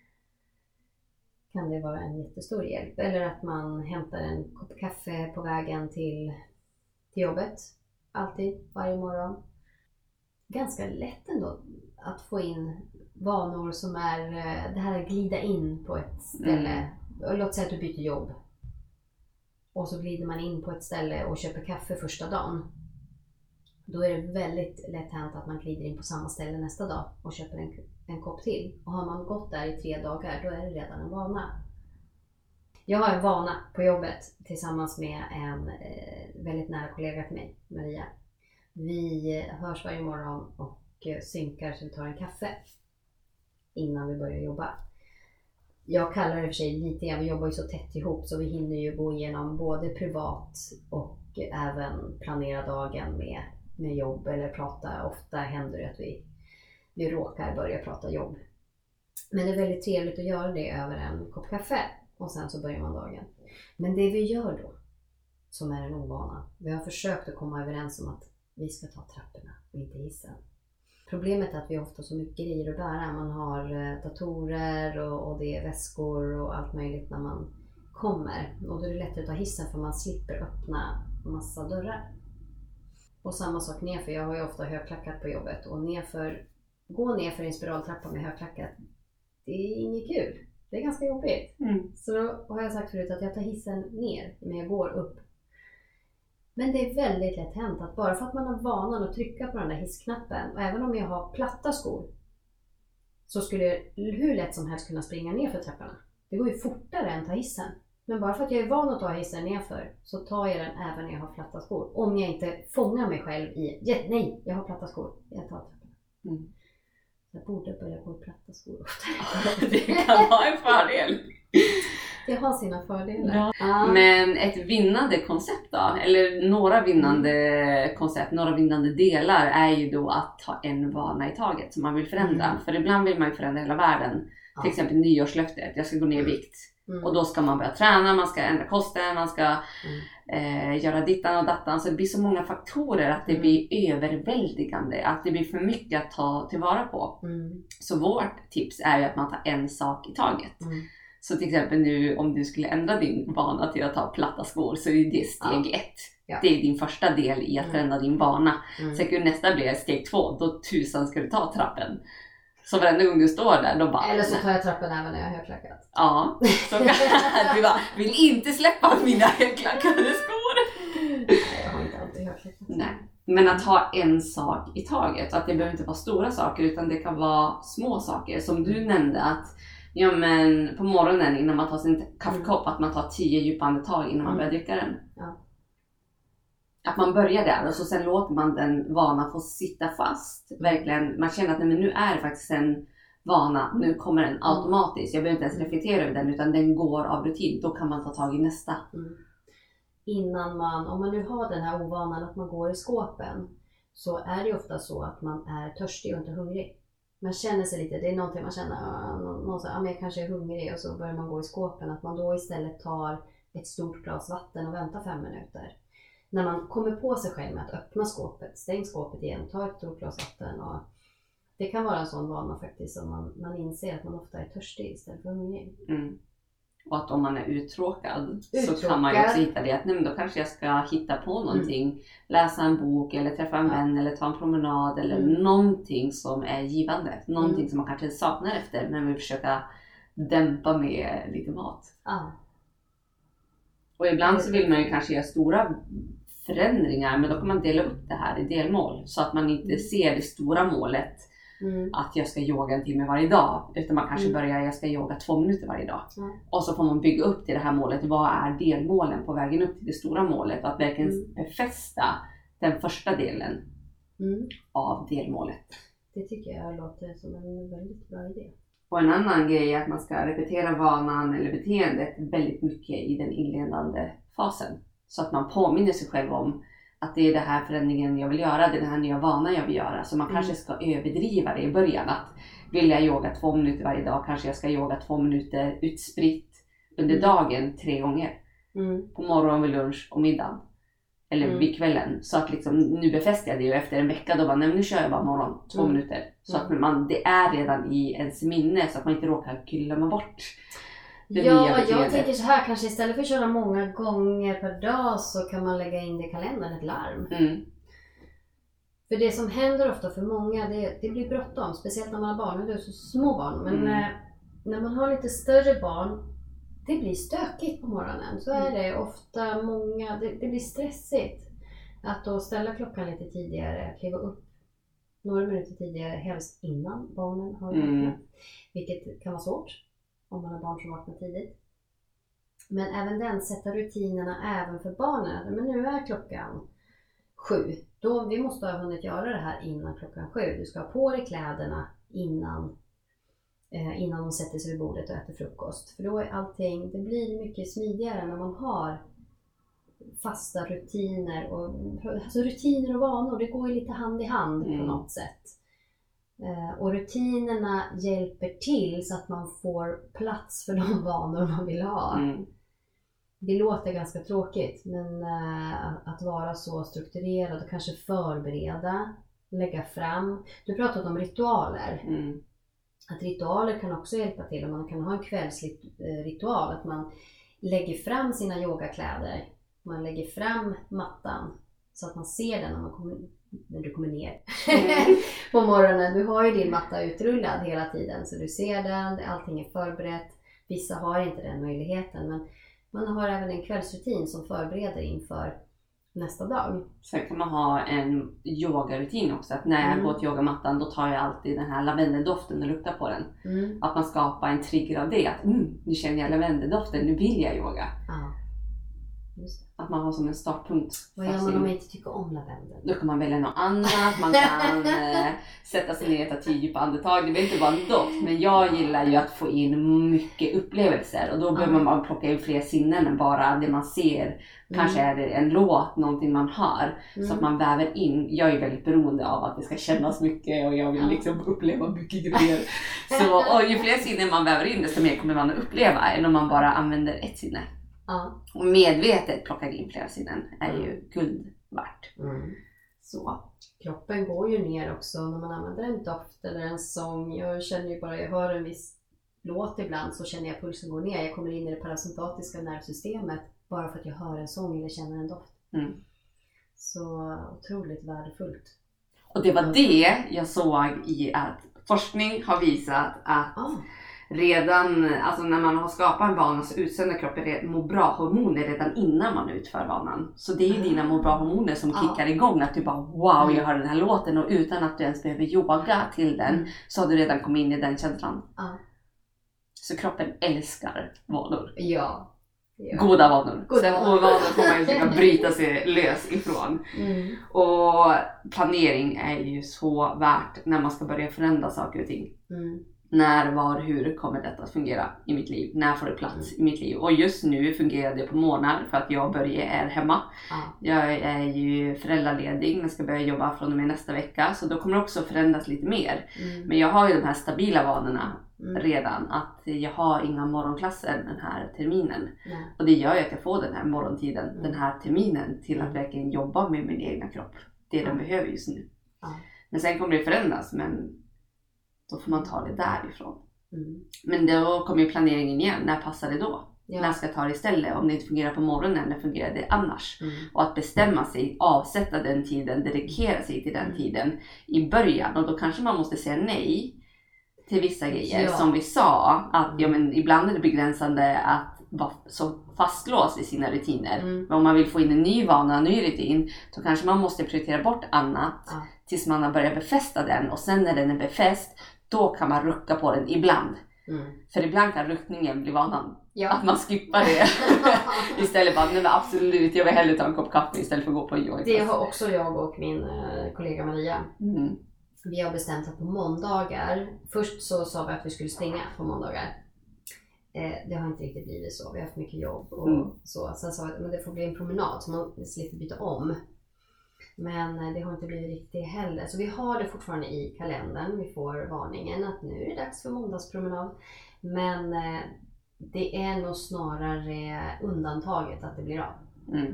kan det vara en jättestor hjälp. Eller att man hämtar en kopp kaffe på vägen till, till jobbet. Alltid, varje morgon. Ganska lätt ändå att få in vanor som är det här att glida in på ett ställe. Mm. Låt säga att du byter jobb. Och så glider man in på ett ställe och köper kaffe första dagen. Då är det väldigt lätt hänt att man glider in på samma ställe nästa dag och köper en, en kopp till. Och har man gått där i tre dagar, då är det redan en vana. Jag har en vana på jobbet tillsammans med en eh, väldigt nära kollega till mig, Maria. Vi hörs varje morgon och synkar så vi tar en kaffe innan vi börjar jobba. Jag kallar det för sig lite grann, vi jobbar ju så tätt ihop så vi hinner ju gå igenom både privat och även planera dagen med, med jobb eller prata. Ofta händer det att vi, vi råkar börja prata jobb. Men det är väldigt trevligt att göra det över en kopp kaffe och sen så börjar man dagen. Men det vi gör då, som är en ovana, vi har försökt att komma överens om att vi ska ta trapporna och inte hissen. Problemet är att vi har ofta så mycket grejer att bära. Man har datorer och, och det är väskor och allt möjligt när man kommer. Och då är det lättare att ta hissen för man slipper öppna massa dörrar. Och samma sak nerför. Jag har ju ofta högklackat på jobbet. Och nerför, gå ner för en spiraltrappa med högklackat, det är inget kul. Det är ganska jobbigt. Mm. Så då har jag sagt förut att jag tar hissen ner men jag går upp. Men det är väldigt lätt hänt att bara för att man har vanan att trycka på den där hissknappen och även om jag har platta skor så skulle jag hur lätt som helst kunna springa ner för trapporna. Det går ju fortare än att ta hissen. Men bara för att jag är van att ta hissen nerför så tar jag den även när jag har platta skor. Om jag inte fångar mig själv i, ja, nej, jag har platta skor, jag tar trapporna. Mm. Jag borde börja gå i platta skor oftare. Det kan vara en fördel. Det har sina fördelar. Ja. Ah. Men ett vinnande koncept då, eller några vinnande mm. koncept, några vinnande delar är ju då att ta en vana i taget som man vill förändra. Mm. För ibland vill man ju förändra hela världen. Ah. Till exempel nyårslöftet, jag ska gå ner i vikt. Mm. Och då ska man börja träna, man ska ändra kosten, man ska mm. eh, göra dittan och dattan. Så det blir så många faktorer att det mm. blir överväldigande, att det blir för mycket att ta tillvara på. Mm. Så vårt tips är ju att man tar en sak i taget. Mm. Så till exempel nu om du skulle ändra din vana till att ta platta skor så är det steg ja. ett. Ja. Det är din första del i att mm. förändra din vana. Mm. Sen nästa blir steg två, då tusan ska du ta trappen. Så varenda gång du står där, då bara... Eller så tar jag trappen även när jag har högklackat. Ja, så du bara, vill inte släppa mina högklackade skor. Nej, jag har inte alltid högklackat. Nej, men att ha en sak i taget. Att det behöver inte vara stora saker, utan det kan vara små saker. Som du nämnde att ja, men på morgonen innan man tar sin kaffekopp, mm. att man tar tio djupa andetag innan man mm. börjar dricka den. Ja. Att man börjar där och så sen låter man den vanan få sitta fast. Verkligen, man känner att nej, men nu är det faktiskt en vana, nu kommer den automatiskt. Jag behöver inte ens reflektera över den utan den går av rutin. Då kan man ta tag i nästa. Mm. Innan man, om man nu har den här ovanan att man går i skåpen, så är det ofta så att man är törstig och inte hungrig. Man känner sig lite, det är någonting man känner, någon säger, ja men jag kanske är hungrig och så börjar man gå i skåpen. Att man då istället tar ett stort glas vatten och väntar fem minuter. När man kommer på sig själv med att öppna skåpet, stäng skåpet igen, ta ett stort glas vatten. Och det kan vara en sån vana faktiskt som man, man inser att man ofta är törstig istället för hungrig. Mm. Och att om man är uttråkad, uttråkad så kan man ju också hitta det att nej, men då kanske jag ska hitta på någonting. Mm. Läsa en bok eller träffa en ja. vän eller ta en promenad eller mm. någonting som är givande. Någonting mm. som man kanske saknar efter men vill försöka dämpa med lite mat. Ja. Och ibland så vill man ju kanske göra stora förändringar, men då kan man dela upp det här i delmål så att man inte ser det stora målet mm. att jag ska yoga en timme varje dag, utan man kanske mm. börjar jag ska yoga två minuter varje dag. Mm. Och så får man bygga upp till det här målet. Vad är delmålen på vägen upp till det stora målet? Och att verkligen mm. befästa den första delen mm. av delmålet. Det tycker jag låter som en väldigt bra idé. Och en annan grej är att man ska repetera vanan eller beteendet väldigt mycket i den inledande fasen. Så att man påminner sig själv om att det är det här förändringen jag vill göra, det är den här nya vanan jag vill göra. Så man mm. kanske ska överdriva det i början. Att vill jag yoga två minuter varje dag, kanske jag ska yoga två minuter utspritt under mm. dagen tre gånger. Mm. På morgon, vid lunch och middag. Eller mm. vid kvällen. Så att liksom, nu befäster jag det och efter en vecka då bara, nej men nu kör jag bara morgon, två mm. minuter. Så att man, det är redan i ens minne så att man inte råkar glömma bort. Ja, jag tänker så här, kanske istället för att köra många gånger per dag så kan man lägga in det i kalendern, ett larm. Mm. För det som händer ofta för många, det, det blir bråttom, speciellt när man har barn, nu är det så små barn. Men mm. eh, när man har lite större barn, det blir stökigt på morgonen. Så är det ofta många, det, det blir stressigt. Att då ställa klockan lite tidigare, kliva upp några minuter tidigare, helst innan barnen har vaknat. Mm. Vilket kan vara svårt om man har barn som vaknar tidigt. Men även den sätter rutinerna även för barnen. Men nu är klockan sju. Då, vi måste ha hunnit göra det här innan klockan sju. Du ska ha på dig kläderna innan, eh, innan de sätter sig vid bordet och äter frukost. För då är allting, det blir mycket smidigare när man har fasta rutiner. Och, alltså rutiner och vanor, det går ju lite hand i hand mm. på något sätt. Och rutinerna hjälper till så att man får plats för de vanor man vill ha. Mm. Det låter ganska tråkigt, men att vara så strukturerad och kanske förbereda, lägga fram. Du pratade om ritualer. Mm. Att ritualer kan också hjälpa till. Om man kan ha en kvällsritual, att man lägger fram sina yogakläder. Man lägger fram mattan så att man ser den när man kommer när du kommer ner mm. på morgonen. Du har ju din matta utrullad hela tiden så du ser den, allting är förberett. Vissa har inte den möjligheten, men man har även en kvällsrutin som förbereder inför nästa dag. Sen kan man ha en yogarutin också, att när jag mm. går till yogamattan då tar jag alltid den här lavendeldoften och luktar på den. Mm. Att man skapar en trigger av det, att mm, nu känner jag lavendeldoften, nu vill jag yoga. Ja. Just det. Att man har som en startpunkt. Vad gör man om man inte tycker om lavendel? Då kan man välja något annat. Man kan eh, sätta sig ner och ta tio djupa andetag. Det blir inte bara en doft. Men jag gillar ju att få in mycket upplevelser. Och då behöver mm. man bara plocka in fler sinnen än bara det man ser. Mm. Kanske är det en låt, någonting man hör. Mm. Så att man väver in. Jag är väldigt beroende av att det ska kännas mycket. Och jag vill liksom uppleva mycket grejer. Så, och ju fler sinnen man väver in, desto mer kommer man att uppleva. Än om man bara använder ett sinne. Ja. Och medvetet plocka in flera sinnen är ju guld värt. Mm. Så. Kroppen går ju ner också när man använder en doft eller en sång. Jag känner ju bara, jag hör en viss låt ibland så känner jag pulsen går ner. Jag kommer in i det parasympatiska nervsystemet bara för att jag hör en sång eller känner en doft. Mm. Så otroligt värdefullt. Och det var det jag såg i att forskning har visat att ah. redan, alltså när man har skapat en vana så utsöndrar kroppen må bra-hormoner redan innan man utför vanan. Så det är ju dina må bra-hormoner som ah. kickar igång att du bara wow, jag hör den här låten, och utan att du ens behöver yoga till den mm. så har du redan kommit in i den känslan. Ah. Så kroppen älskar vanor. Ja. Ja. Goda vanor. Goda Sen vanor. ovanor får man ju försöka bryta sig lös ifrån. Mm. Och planering är ju så värt när man ska börja förändra saker och ting. Mm. När, var, hur kommer detta att fungera i mitt liv? När får det plats mm. i mitt liv? Och just nu fungerar det på morgnar för att jag och Börje är hemma. Ah. Jag är ju föräldraledig men ska börja jobba från och med nästa vecka. Så då kommer det också förändras lite mer. Mm. Men jag har ju de här stabila vanorna mm. redan. Att jag har inga morgonklasser den här terminen. Nej. Och det gör ju att jag får den här morgontiden, mm. den här terminen till att verkligen jobba med min egna kropp. Det ah. den behöver just nu. Ah. Men sen kommer det förändras, men då får man ta det därifrån. Mm. Men då kommer ju planeringen igen. När passar det då? Ja. När ska jag ta det istället? Om det inte fungerar på morgonen, när fungerar det annars? Mm. Och att bestämma sig, avsätta den tiden, dedikera sig till den mm. tiden i början. Och då kanske man måste säga nej till vissa grejer. Ja. Som vi sa, att ja, men ibland är det begränsande att vara så fastlåst i sina rutiner. Mm. Men om man vill få in en ny vana, en ny rutin, då kanske man måste prioritera bort annat ja. tills man har börjat befästa den. Och sen när den är befäst, då kan man rucka på den ibland. Mm. För ibland kan ruckningen bli vanan. Ja. Att man skippar det. Istället bara, nej men absolut, jag vill hellre ta en kopp kaffe istället för att gå på yoga. Det har också jag och min kollega Maria. Mm. Vi har bestämt att på måndagar, först så sa vi att vi skulle stänga på måndagar. Eh, det har inte riktigt blivit så, vi har haft mycket jobb och mm. så. Sen sa vi att men det får bli en promenad så man slipper byta om. Men det har inte blivit riktigt heller. Så vi har det fortfarande i kalendern. Vi får varningen att nu är det dags för måndagspromenad. Men eh, det är nog snarare undantaget att det blir av. Mm.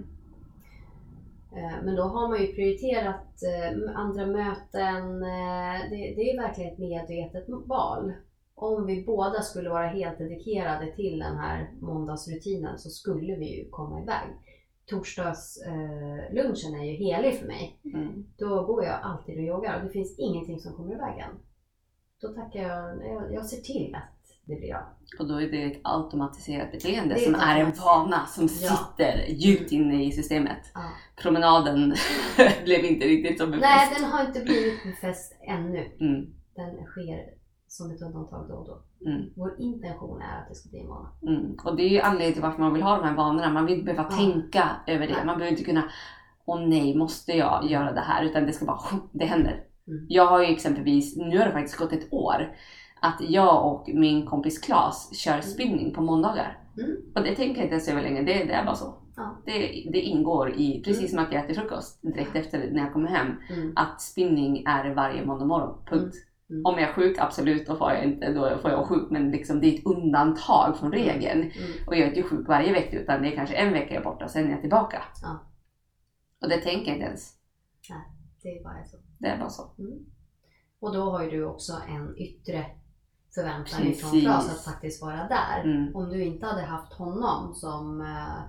Eh, men då har man ju prioriterat eh, andra möten. Eh, det, det är verkligen ett medvetet val. Om vi båda skulle vara helt dedikerade till den här måndagsrutinen så skulle vi ju komma iväg. Torsdags eh, lunchen är ju helig för mig. Mm. Då går jag alltid och yogar och det finns ingenting som kommer i vägen. Då tackar jag, jag, jag ser till att det blir av. Och då är det ett automatiserat beteende är som är en vana som ja. sitter djupt inne i systemet. Ja. Promenaden blev inte riktigt som befäst. Nej, den har inte blivit befäst ännu. Mm. Den sker som ett undantag då och då. Mm. Vår intention är att det ska bli en vana. Mm. Och det är ju anledningen till varför man vill ha de här vanorna. Man vill inte behöva ja. tänka över det. Man behöver inte kunna, åh nej, måste jag göra det här? Utan det ska bara, det händer. Mm. Jag har ju exempelvis, nu har det faktiskt gått ett år, att jag och min kompis Claes kör spinning på måndagar. Mm. Och det tänker jag inte ens över länge, det, det är bara så. Ja. Det, det ingår i, precis som att jag äter frukost direkt efter när jag kommer hem, mm. att spinning är varje måndag morgon, punkt. Mm. Om jag är sjuk, absolut, då får jag inte, då får jag vara sjuk. Men liksom, det är ett undantag från regeln. Mm. Och jag är inte sjuk varje vecka, utan det är kanske en vecka jag är borta och sen är jag tillbaka. Ja. Och det tänker jag inte ens. Nej, det är bara så. Det är bara så. Mm. Och då har ju du också en yttre förväntan ifrån Claes att faktiskt vara där. Mm. Om du inte hade haft honom som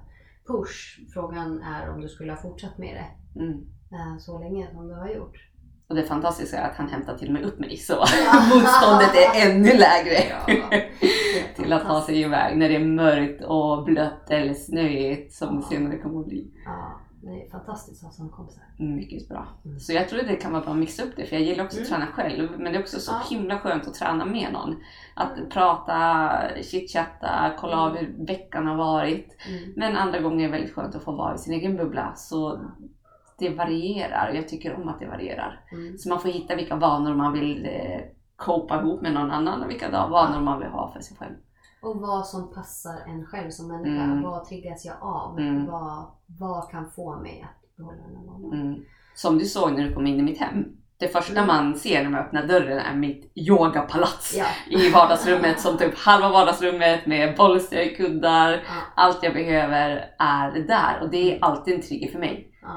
push, frågan är om du skulle ha fortsatt med det mm. så länge som du har gjort. Och det fantastiska är att han hämtar till och med upp mig, så motståndet är ännu lägre ja, till att ta sig iväg när det är mörkt och blött eller snöigt som ja. det senare kommer att bli. Ja, det är fantastiskt att ha sån kompisar. Mycket bra. Mm. Så jag tror att det kan vara bra att mixa upp det, för jag gillar också mm. att träna själv, men det är också så ja. himla skönt att träna med någon. Att mm. prata, chitchatta, kolla av hur veckan har varit. Mm. Men andra gånger är det väldigt skönt att få vara i sin egen bubbla, så det varierar och jag tycker om att det varierar. Mm. Så man får hitta vilka vanor man vill eh, kopa ihop med någon annan och vilka vanor man vill ha för sig själv. Och vad som passar en själv som människa. Mm. Vad triggas jag av? Mm. Vad, vad kan få mig att behålla den här vanan? Mm. Som du såg när du kom in i mitt hem. Det första mm. man ser när man öppnar dörren är mitt yogapalats ja. i vardagsrummet. Som typ halva vardagsrummet med bolster, kuddar. Ja. Allt jag behöver är där. Och det är alltid en trigger för mig. Ja.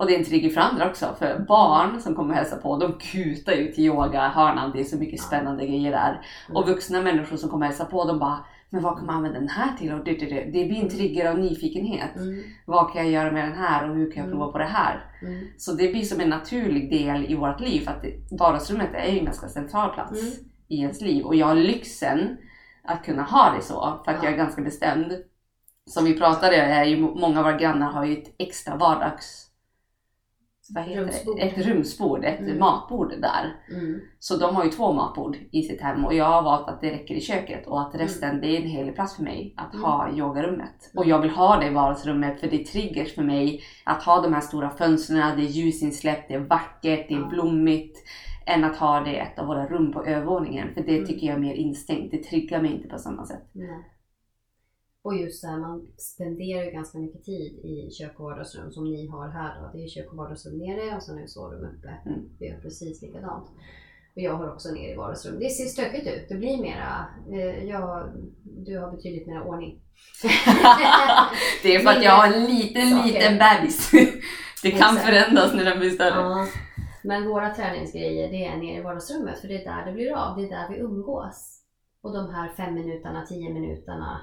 Och det är en trigger för andra också. För barn som kommer hälsa på, de kutar ju till yoga-hörnan. Det är så mycket spännande grejer där. Mm. Och vuxna människor som kommer hälsa på, de bara, men vad kan man använda den här till? Och det, det, det. det blir en trigger av nyfikenhet. Mm. Vad kan jag göra med den här och hur kan jag prova mm. på det här? Mm. Så det blir som en naturlig del i vårt liv. För att vardagsrummet är ju en ganska central plats mm. i ens liv. Och jag har lyxen att kunna ha det så. För att ja. jag är ganska bestämd. Som vi pratade, är ju, många av våra grannar har ju ett extra vardags... Vad heter rumsbord. det? Ett rumsbord, ett mm. matbord där. Mm. Så de har ju två matbord i sitt hem. Och jag har valt att det räcker i köket. Och att resten, mm. det är en helig plats för mig att mm. ha yogarummet. Och jag vill ha det i vardagsrummet för det är triggers för mig. Att ha de här stora fönstren, det är ljusinsläpp, det är vackert, det är blommigt. Än att ha det i ett av våra rum på övervåningen. För det mm. tycker jag är mer instängt. Det triggar mig inte på samma sätt. Mm. Och just det här, man spenderar ju ganska mycket tid i kök och vardagsrum som ni har här då. Det är kök och vardagsrum nere och sen är det sovrum uppe. Mm. Vi gör precis likadant. Och jag har också nere i vardagsrum. Det ser stökigt ut. Det blir mera, eh, jag, du har betydligt mera ordning. Det är för att jag har en liten, saker. liten bebis. Det kan Exakt. förändras när den blir större. Ja. Men våra träningsgrejer, det är nere i vardagsrummet. För det är där det blir av. Det är där vi umgås. Och de här fem minuterna, tio minuterna.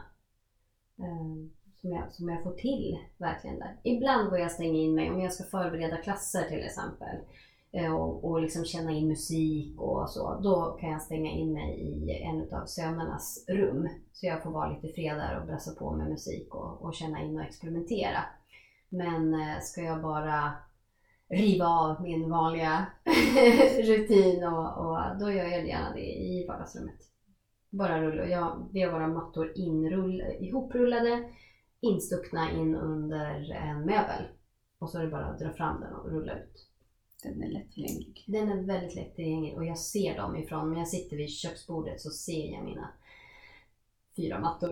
Som jag, som jag får till verkligen där. Ibland går jag stänga in mig om jag ska förbereda klasser till exempel och, och liksom känna in musik och så. Då kan jag stänga in mig i en av sönernas rum så jag får vara lite fred där och brassa på med musik och, och känna in och experimentera. Men ska jag bara riva av min vanliga rutin och, och då gör jag gärna det i vardagsrummet. Bara rulla. Ja, vi har våra mattor inrull, ihoprullade, instuckna in under en möbel. Och så är det bara att dra fram den och rulla ut. Den är lättillgänglig. Den är väldigt lättillgänglig och jag ser dem ifrån. När jag sitter vid köksbordet så ser jag mina fyra mattor.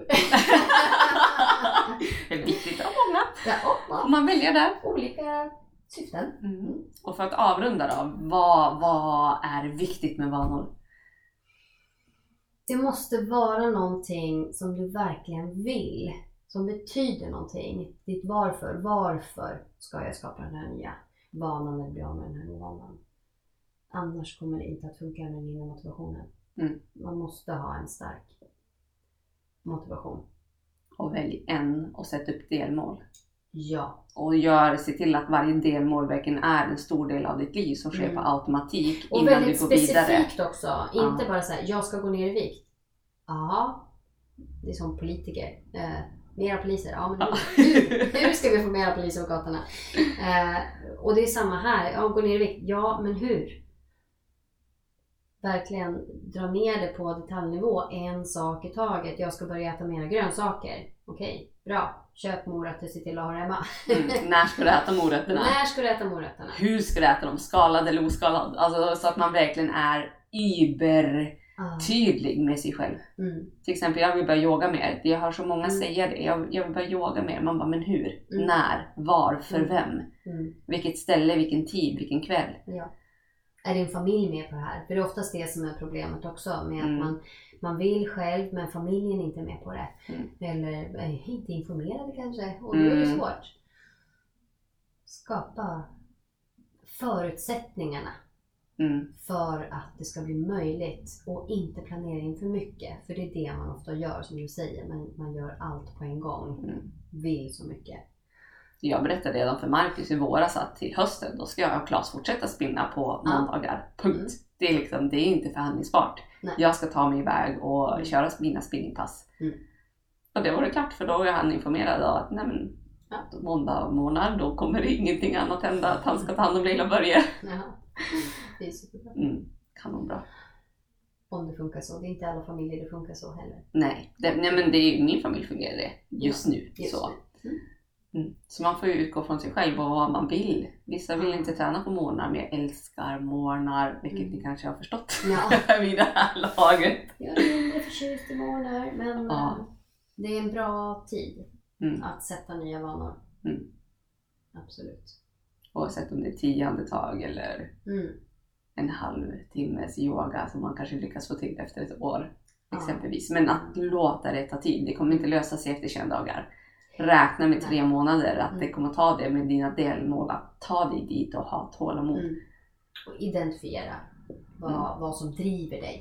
Det är viktigt att ha många. Ja, och, får man välja där. Olika syften. Mm. Och för att avrunda då, vad, vad är viktigt med vanor? Det måste vara någonting som du verkligen vill. Som betyder någonting. Ditt varför. Varför ska jag skapa den här nya vanan eller bli av med den här nya vanan? Annars kommer det inte att funka med den nya motivationen. Mm. Man måste ha en stark motivation. Och välj en och sätt upp delmål. Ja. Och gör, se till att varje delmål verkligen är en stor del av ditt liv som sker mm. på automatik och innan du går vidare. Och väldigt specifikt också. Inte ja. bara så här, jag ska gå ner i vikt. Ja, det är som politiker. Eh, mera poliser. Ja, men hur, hur ska vi få mera poliser på gatorna? Eh, och det är samma här. Ja, gå ner i vikt. Ja, men hur? Verkligen dra ner det på detaljnivå. En sak i taget. Jag ska börja äta mer grönsaker. Okej, bra. Köp morötter, se till att ha det hemma. Mm, när ska du äta morötterna? När ska du äta morötterna? Hur ska du äta dem? Skalad eller oskalad? Alltså så att man verkligen är yber tydlig med sig själv. Mm. Till exempel, jag vill börja yoga mer. Jag har så många mm. säga det. Jag, jag vill börja yoga mer. Man bara, men hur? Mm. När? Var? För mm. vem? Mm. Vilket ställe? Vilken tid? Vilken kväll? Ja. Är din familj med på det här? För det är oftast det som är problemet också. Med mm. att man, man vill själv men familjen är inte med på det. Mm. Eller är inte informerade kanske. Och då är det mm. svårt. Skapa förutsättningarna. Mm. För att det ska bli möjligt. Och inte planera in för mycket. För det är det man ofta gör som du säger. Man, man gör allt på en gång. Mm. Vill så mycket. Jag berättade redan för Marcus i våras att till hösten då ska jag och Claes fortsätta spinna på måndagar. Punkt. Mm. Det, är liksom, det är inte förhandlingsbart. Nej. Jag ska ta mig iväg och mm. köra mina spinningpass. Mm. Och det var det klart för då är han informerad av att nej men, ja. måndag månad då kommer det ingenting annat hända att han ska ta hand om lilla Börje. Ja. Det är superbra. Mm. Kanonbra. Om det funkar så. Det är inte alla familjer det funkar så heller. Nej, det, nej men det är, min familj fungerar det just ja. nu. Just så. Nu. Mm. Mm. Så man får ju utgå från sig själv och vad man vill. Vissa vill inte träna på morgnar, men jag älskar morgnar, vilket mm. ni kanske har förstått ja. vid det här laget. Jag är mindre förtjust i morgnar, men ja. det är en bra tid mm. att sätta nya vanor. Mm. Absolut. Oavsett om det är tio andetag eller mm. en halv timmes yoga som man kanske lyckas få till efter ett år. Ja. Exempelvis. Men att låta det ta tid, det kommer inte lösa sig efter tjugo dagar. räkna med tre månader att Mm. det kommer ta det med dina delmål att ta dig dit och ha tålamod. Mm. Och identifiera vad, Mm. vad som driver dig.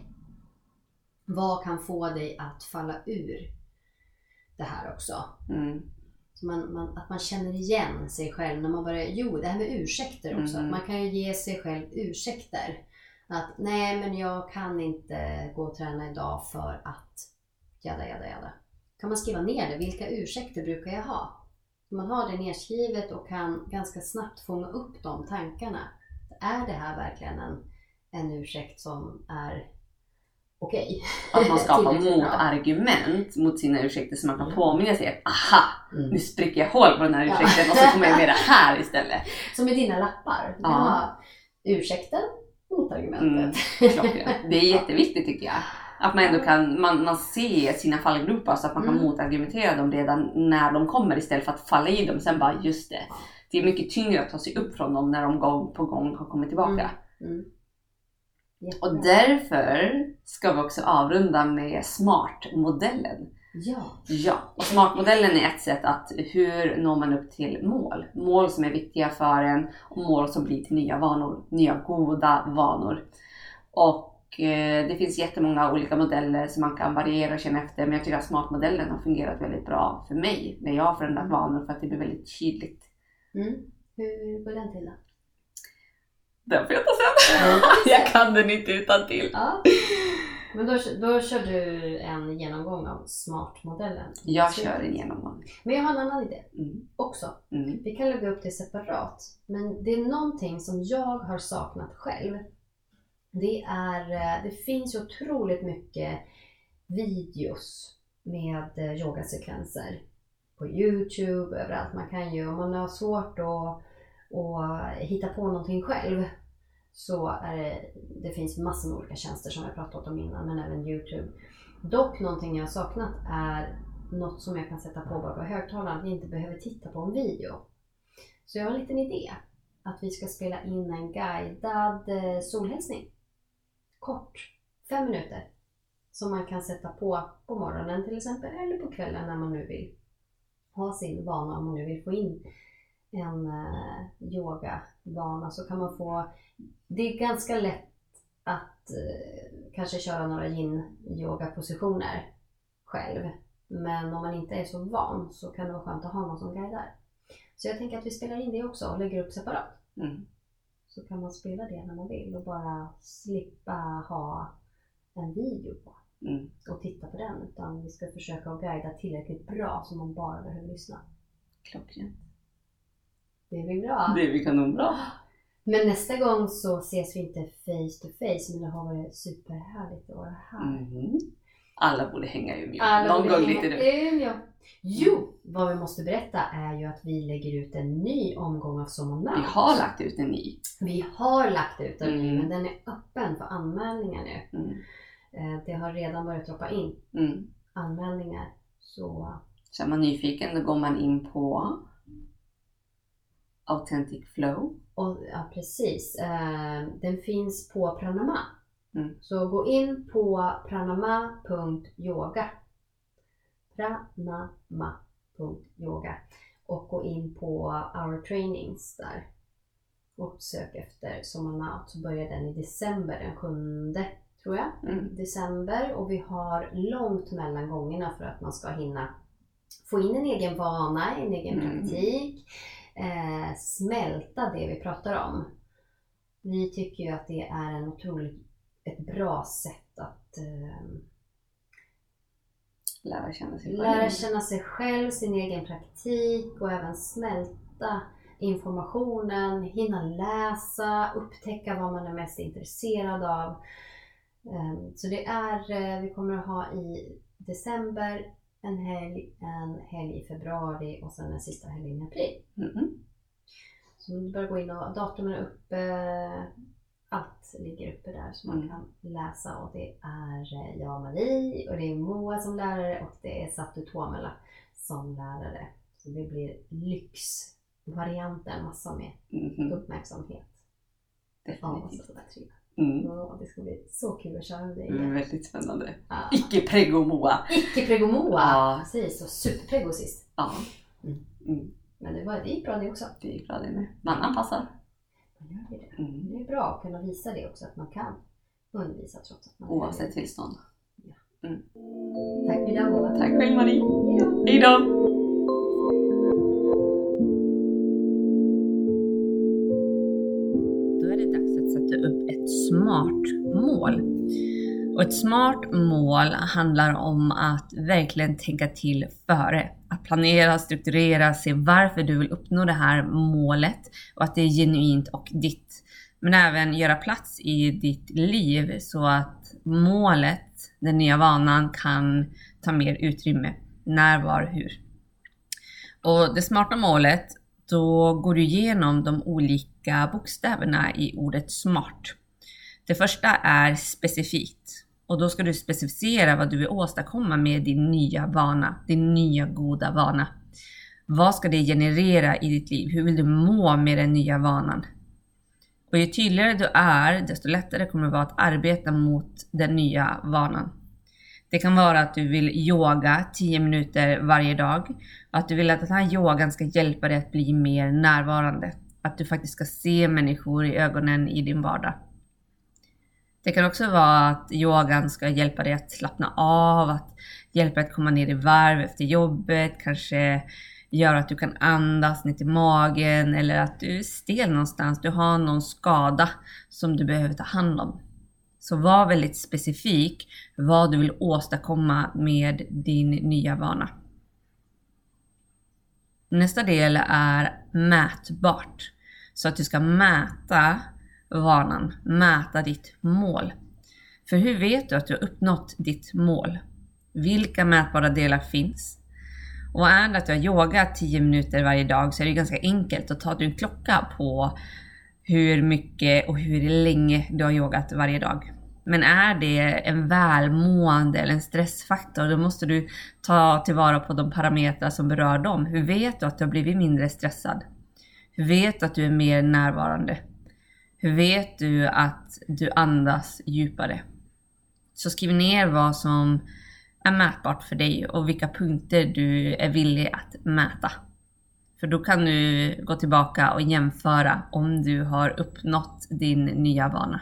Vad kan få dig att falla ur det här också. Mm. Så man, man, att man känner igen sig själv när man börjar, jo det här med ursäkter också. Mm. Att man kan ju ge sig själv ursäkter. Att nej men jag kan inte gå och träna idag för att jada jada jada. Kan man skriva ner det? Vilka ursäkter brukar jag ha? Man har det nedskrivet och kan ganska snabbt fånga upp de tankarna. Är det här verkligen en, en ursäkt som är okej? Att man skapar Tillräckligt bra. motargument mot sina ursäkter så man kan Mm. påminna sig att aha, Mm. nu spricker jag hål på den här ursäkten och så kommer jag med det här istället. Som med dina lappar. Du kan Ja. ha ursäkten, motargumentet. Klockrent. Det är jätteviktigt tycker jag. Att man ändå kan, man, man ser sina fallgropar så att man kan Mm. motargumentera dem redan när de kommer istället för att falla i dem. Sen bara just det. Det är mycket tyngre att ta sig upp från dem när de gång på gång har kommit tillbaka. Mm. Mm. Jättebra. Och därför ska vi också avrunda med SMART-modellen. Ja. Ja, och SMART-modellen är ett sätt att hur når man upp till mål. Mål som är viktiga för en och mål som blir till nya vanor, nya goda vanor. Och eh, det finns jättemånga olika modeller som man kan variera och känna efter. Men jag tycker att SMART-modellen har fungerat väldigt bra för mig när jag har förändrat vanor för att det blir väldigt tydligt. Mm. Hur går den till då? Den får jag ta sen. Jag kan den inte utan till. Ja. Men då, då kör du en genomgång av SMART-modellen. Jag kör en genomgång. Men jag har en annan idé Mm. också. Mm. Vi kan lägga upp det separat. Men det är någonting som jag har saknat själv. Det är, det finns ju otroligt mycket videos med yogasekvenser på YouTube, överallt. Man kan ju, om man har svårt att, att hitta på någonting själv, så är det, det finns massor med olika tjänster som jag pratat om innan, men även YouTube. Dock någonting jag har saknat är något som jag kan sätta på bara på högtalaren, att vi inte behöver titta på en video. Så jag har en liten idé att vi ska spela in en guidad eh, solhälsning. Kort, fem minuter. Som man kan sätta på på morgonen till exempel, eller på kvällen när man nu vill ha sin vana. Om man nu vill få in en eh, yogavana så kan man få, det är ganska lätt att eh, kanske köra några yin-yoga-positioner själv. Men om man inte är så van så kan det vara skönt att ha någon som guidar. Så jag tänker att vi spelar in det också och lägger upp separat. Mm. Så kan man spela det när man vill och bara slippa ha en video på Mm. och titta på den. Utan vi ska försöka att guida tillräckligt bra så man bara behöver lyssna. Klockrent. Det blir bra. Det blir kanonbra. Men nästa gång så ses vi inte face to face, men det har varit superhärligt att vara här. Mm. Alla borde hänga i Umeå. Alla Någon borde gång hänga lite nu. i Umeå. Jo, vad vi måste berätta är ju att vi lägger ut en ny omgång av Sommarnaut. Vi har lagt ut en ny. Vi har lagt ut en ny, Mm. men den är öppen för anmälningar nu. Mm. Eh, Det har redan börjat droppa in Mm. anmälningar. Så Så är man nyfiken då går man in på Authentic Flow. och, ja, precis. Eh, Den finns på Pranama. Mm. Så gå in på pranama punkt yoga. Pranama punkt yoga. Och gå in på Our Trainings där. Och sök efter Sommarnaut. Så börjar den i december, den sjunde tror jag. Mm. December. Och vi har långt mellan gångerna för att man ska hinna få in en egen vana, en egen Mm. praktik. Eh, smälta det vi pratar om. Vi tycker ju att det är en otroligt ett bra sätt att eh, Lära känna sig lära själv. känna sig själv, sin egen praktik och även smälta informationen, hinna läsa, upptäcka vad man är mest intresserad av. Eh, så det är, eh, vi kommer att ha i december en helg, en helg i februari och sen den sista helgen i april. Mm. Så ni bara gå in och datumen är uppe, allt ligger uppe där så man Mm. kan läsa och det är jag och Marie och det är Moa som lärare och det är Satu Tuomela som lärare. Så det blir lyxvarianten, massa med Mm. uppmärksamhet. Ja, Definitivt. så det, trevligt. Mm. Ja, det ska bli så kul att köra med dig. Mm, väldigt spännande. Ja. Icke prego Moa. Icke-prego Moa, Ja. precis, och superprego sist. Ja. Mm. Mm. Men det, var, det gick bra det också. Det gick bra det med. Man anpassar. Man gör det. Mm. Det är bra att kunna visa det också, att man kan undervisa trots att man oavsett tillstånd. Ja. Mm. Tack för idag, Moa. Tack själv, Marie. Ja. Hej då! Då är det dags att sätta upp ett smart mål. Och ett smart mål handlar om att verkligen tänka till före. Att planera, strukturera, se varför du vill uppnå det här målet och att det är genuint och ditt. Men även göra plats i ditt liv så att målet, den nya vanan, kan ta mer utrymme. När, var, hur. Och det smarta målet, då går du igenom de olika bokstäverna i ordet smart. Det första är specifikt. Och då ska du specificera vad du vill åstadkomma med din nya vana, din nya goda vana. Vad ska det generera i ditt liv? Hur vill du må med den nya vanan? Och ju tydligare du är, desto lättare kommer det vara att arbeta mot den nya vanan. Det kan vara att du vill yoga tio minuter varje dag. Att du vill att den här yogan ska hjälpa dig att bli mer närvarande. Att du faktiskt ska se människor i ögonen i din vardag. Det kan också vara att yogan ska hjälpa dig att slappna av, att hjälpa dig att komma ner i varv efter jobbet, kanske göra att du kan andas ner till magen eller att du är stel någonstans, du har någon skada som du behöver ta hand om. Så var väldigt specifik vad du vill åstadkomma med din nya vana. Nästa del är mätbart. Så att du ska mäta vanan, mäta ditt mål. För hur vet du att du har uppnått ditt mål? Vilka mätbara delar finns? Och är det att du har yogat tio minuter varje dag så är det ganska enkelt att ta en klocka på hur mycket och hur länge du har yogat varje dag. Men är det en välmående eller en stressfaktor, då måste du ta tillvara på de parametrar som berör dem. Hur vet du att du har blivit mindre stressad? Hur vet du att du är mer närvarande? Hur vet du att du andas djupare? Så skriv ner vad som är mätbart för dig och vilka punkter du är villig att mäta. För då kan du gå tillbaka och jämföra om du har uppnått din nya vana.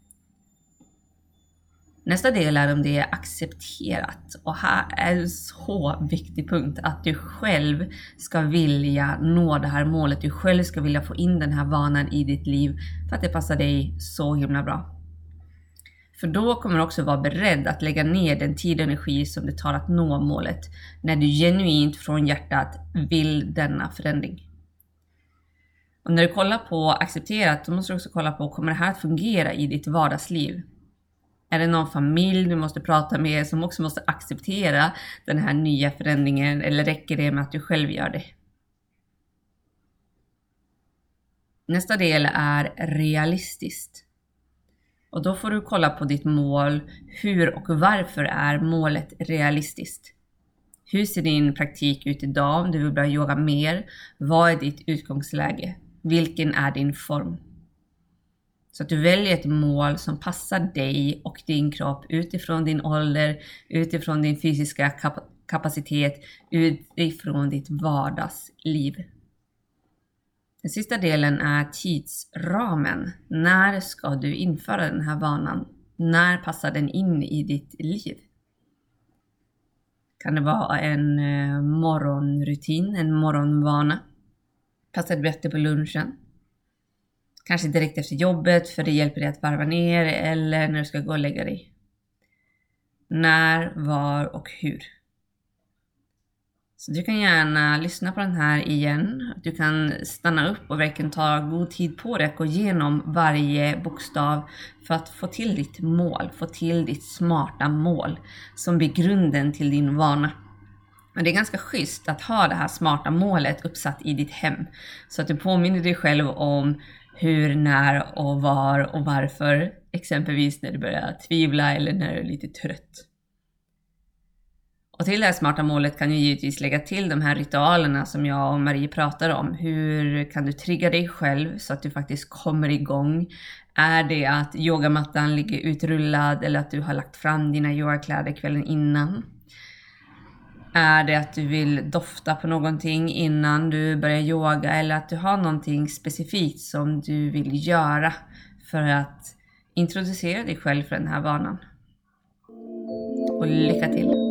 Nästa del är om det är accepterat. Och här är en så viktig punkt att du själv ska vilja nå det här målet. Du själv ska vilja få in den här vanan i ditt liv för att det passar dig så himla bra. För då kommer du också vara beredd att lägga ner den tid och energi som det tar att nå målet. När du genuint från hjärtat vill denna förändring. Och när du kollar på accepterat, då måste du också kolla på, kommer det här att fungera i ditt vardagsliv? Är det någon familj du måste prata med som också måste acceptera den här nya förändringen? Eller räcker det med att du själv gör det? Nästa del är realistiskt. Och då får du kolla på ditt mål. Hur och varför är målet realistiskt? Hur ser din praktik ut idag om du vill börja yoga mer? Vad är ditt utgångsläge? Vilken är din form? Så att du väljer ett mål som passar dig och din kropp utifrån din ålder, utifrån din fysiska kap- kapacitet, utifrån ditt vardagsliv. Den sista delen är tidsramen. När ska du införa den här vanan? När passar den in i ditt liv? Kan det vara en eh, morgonrutin, en morgonvana? Passar det bättre på lunchen? Kanske direkt efter jobbet för det hjälper dig att varva ner eller när du ska gå och lägga dig. När, var och hur. Så du kan gärna lyssna på den här igen. Du kan stanna upp och verkligen ta god tid på dig att gå igenom varje bokstav för att få till ditt mål, få till ditt smarta mål som blir grunden till din vana. Men det är ganska schysst att ha det här smarta målet uppsatt i ditt hem så att du påminner dig själv om hur, när och var och varför. Exempelvis när du börjar tvivla eller när du är lite trött. Och till det här smarta målet kan du givetvis lägga till de här ritualerna som jag och Marie pratar om. Hur kan du trigga dig själv så att du faktiskt kommer igång? Är det att yogamattan ligger utrullad eller att du har lagt fram dina yogakläder kvällen innan? Är det att du vill dofta på någonting innan du börjar yoga, eller att du har någonting specifikt som du vill göra för att introducera dig själv för den här vanan? Och lycka till!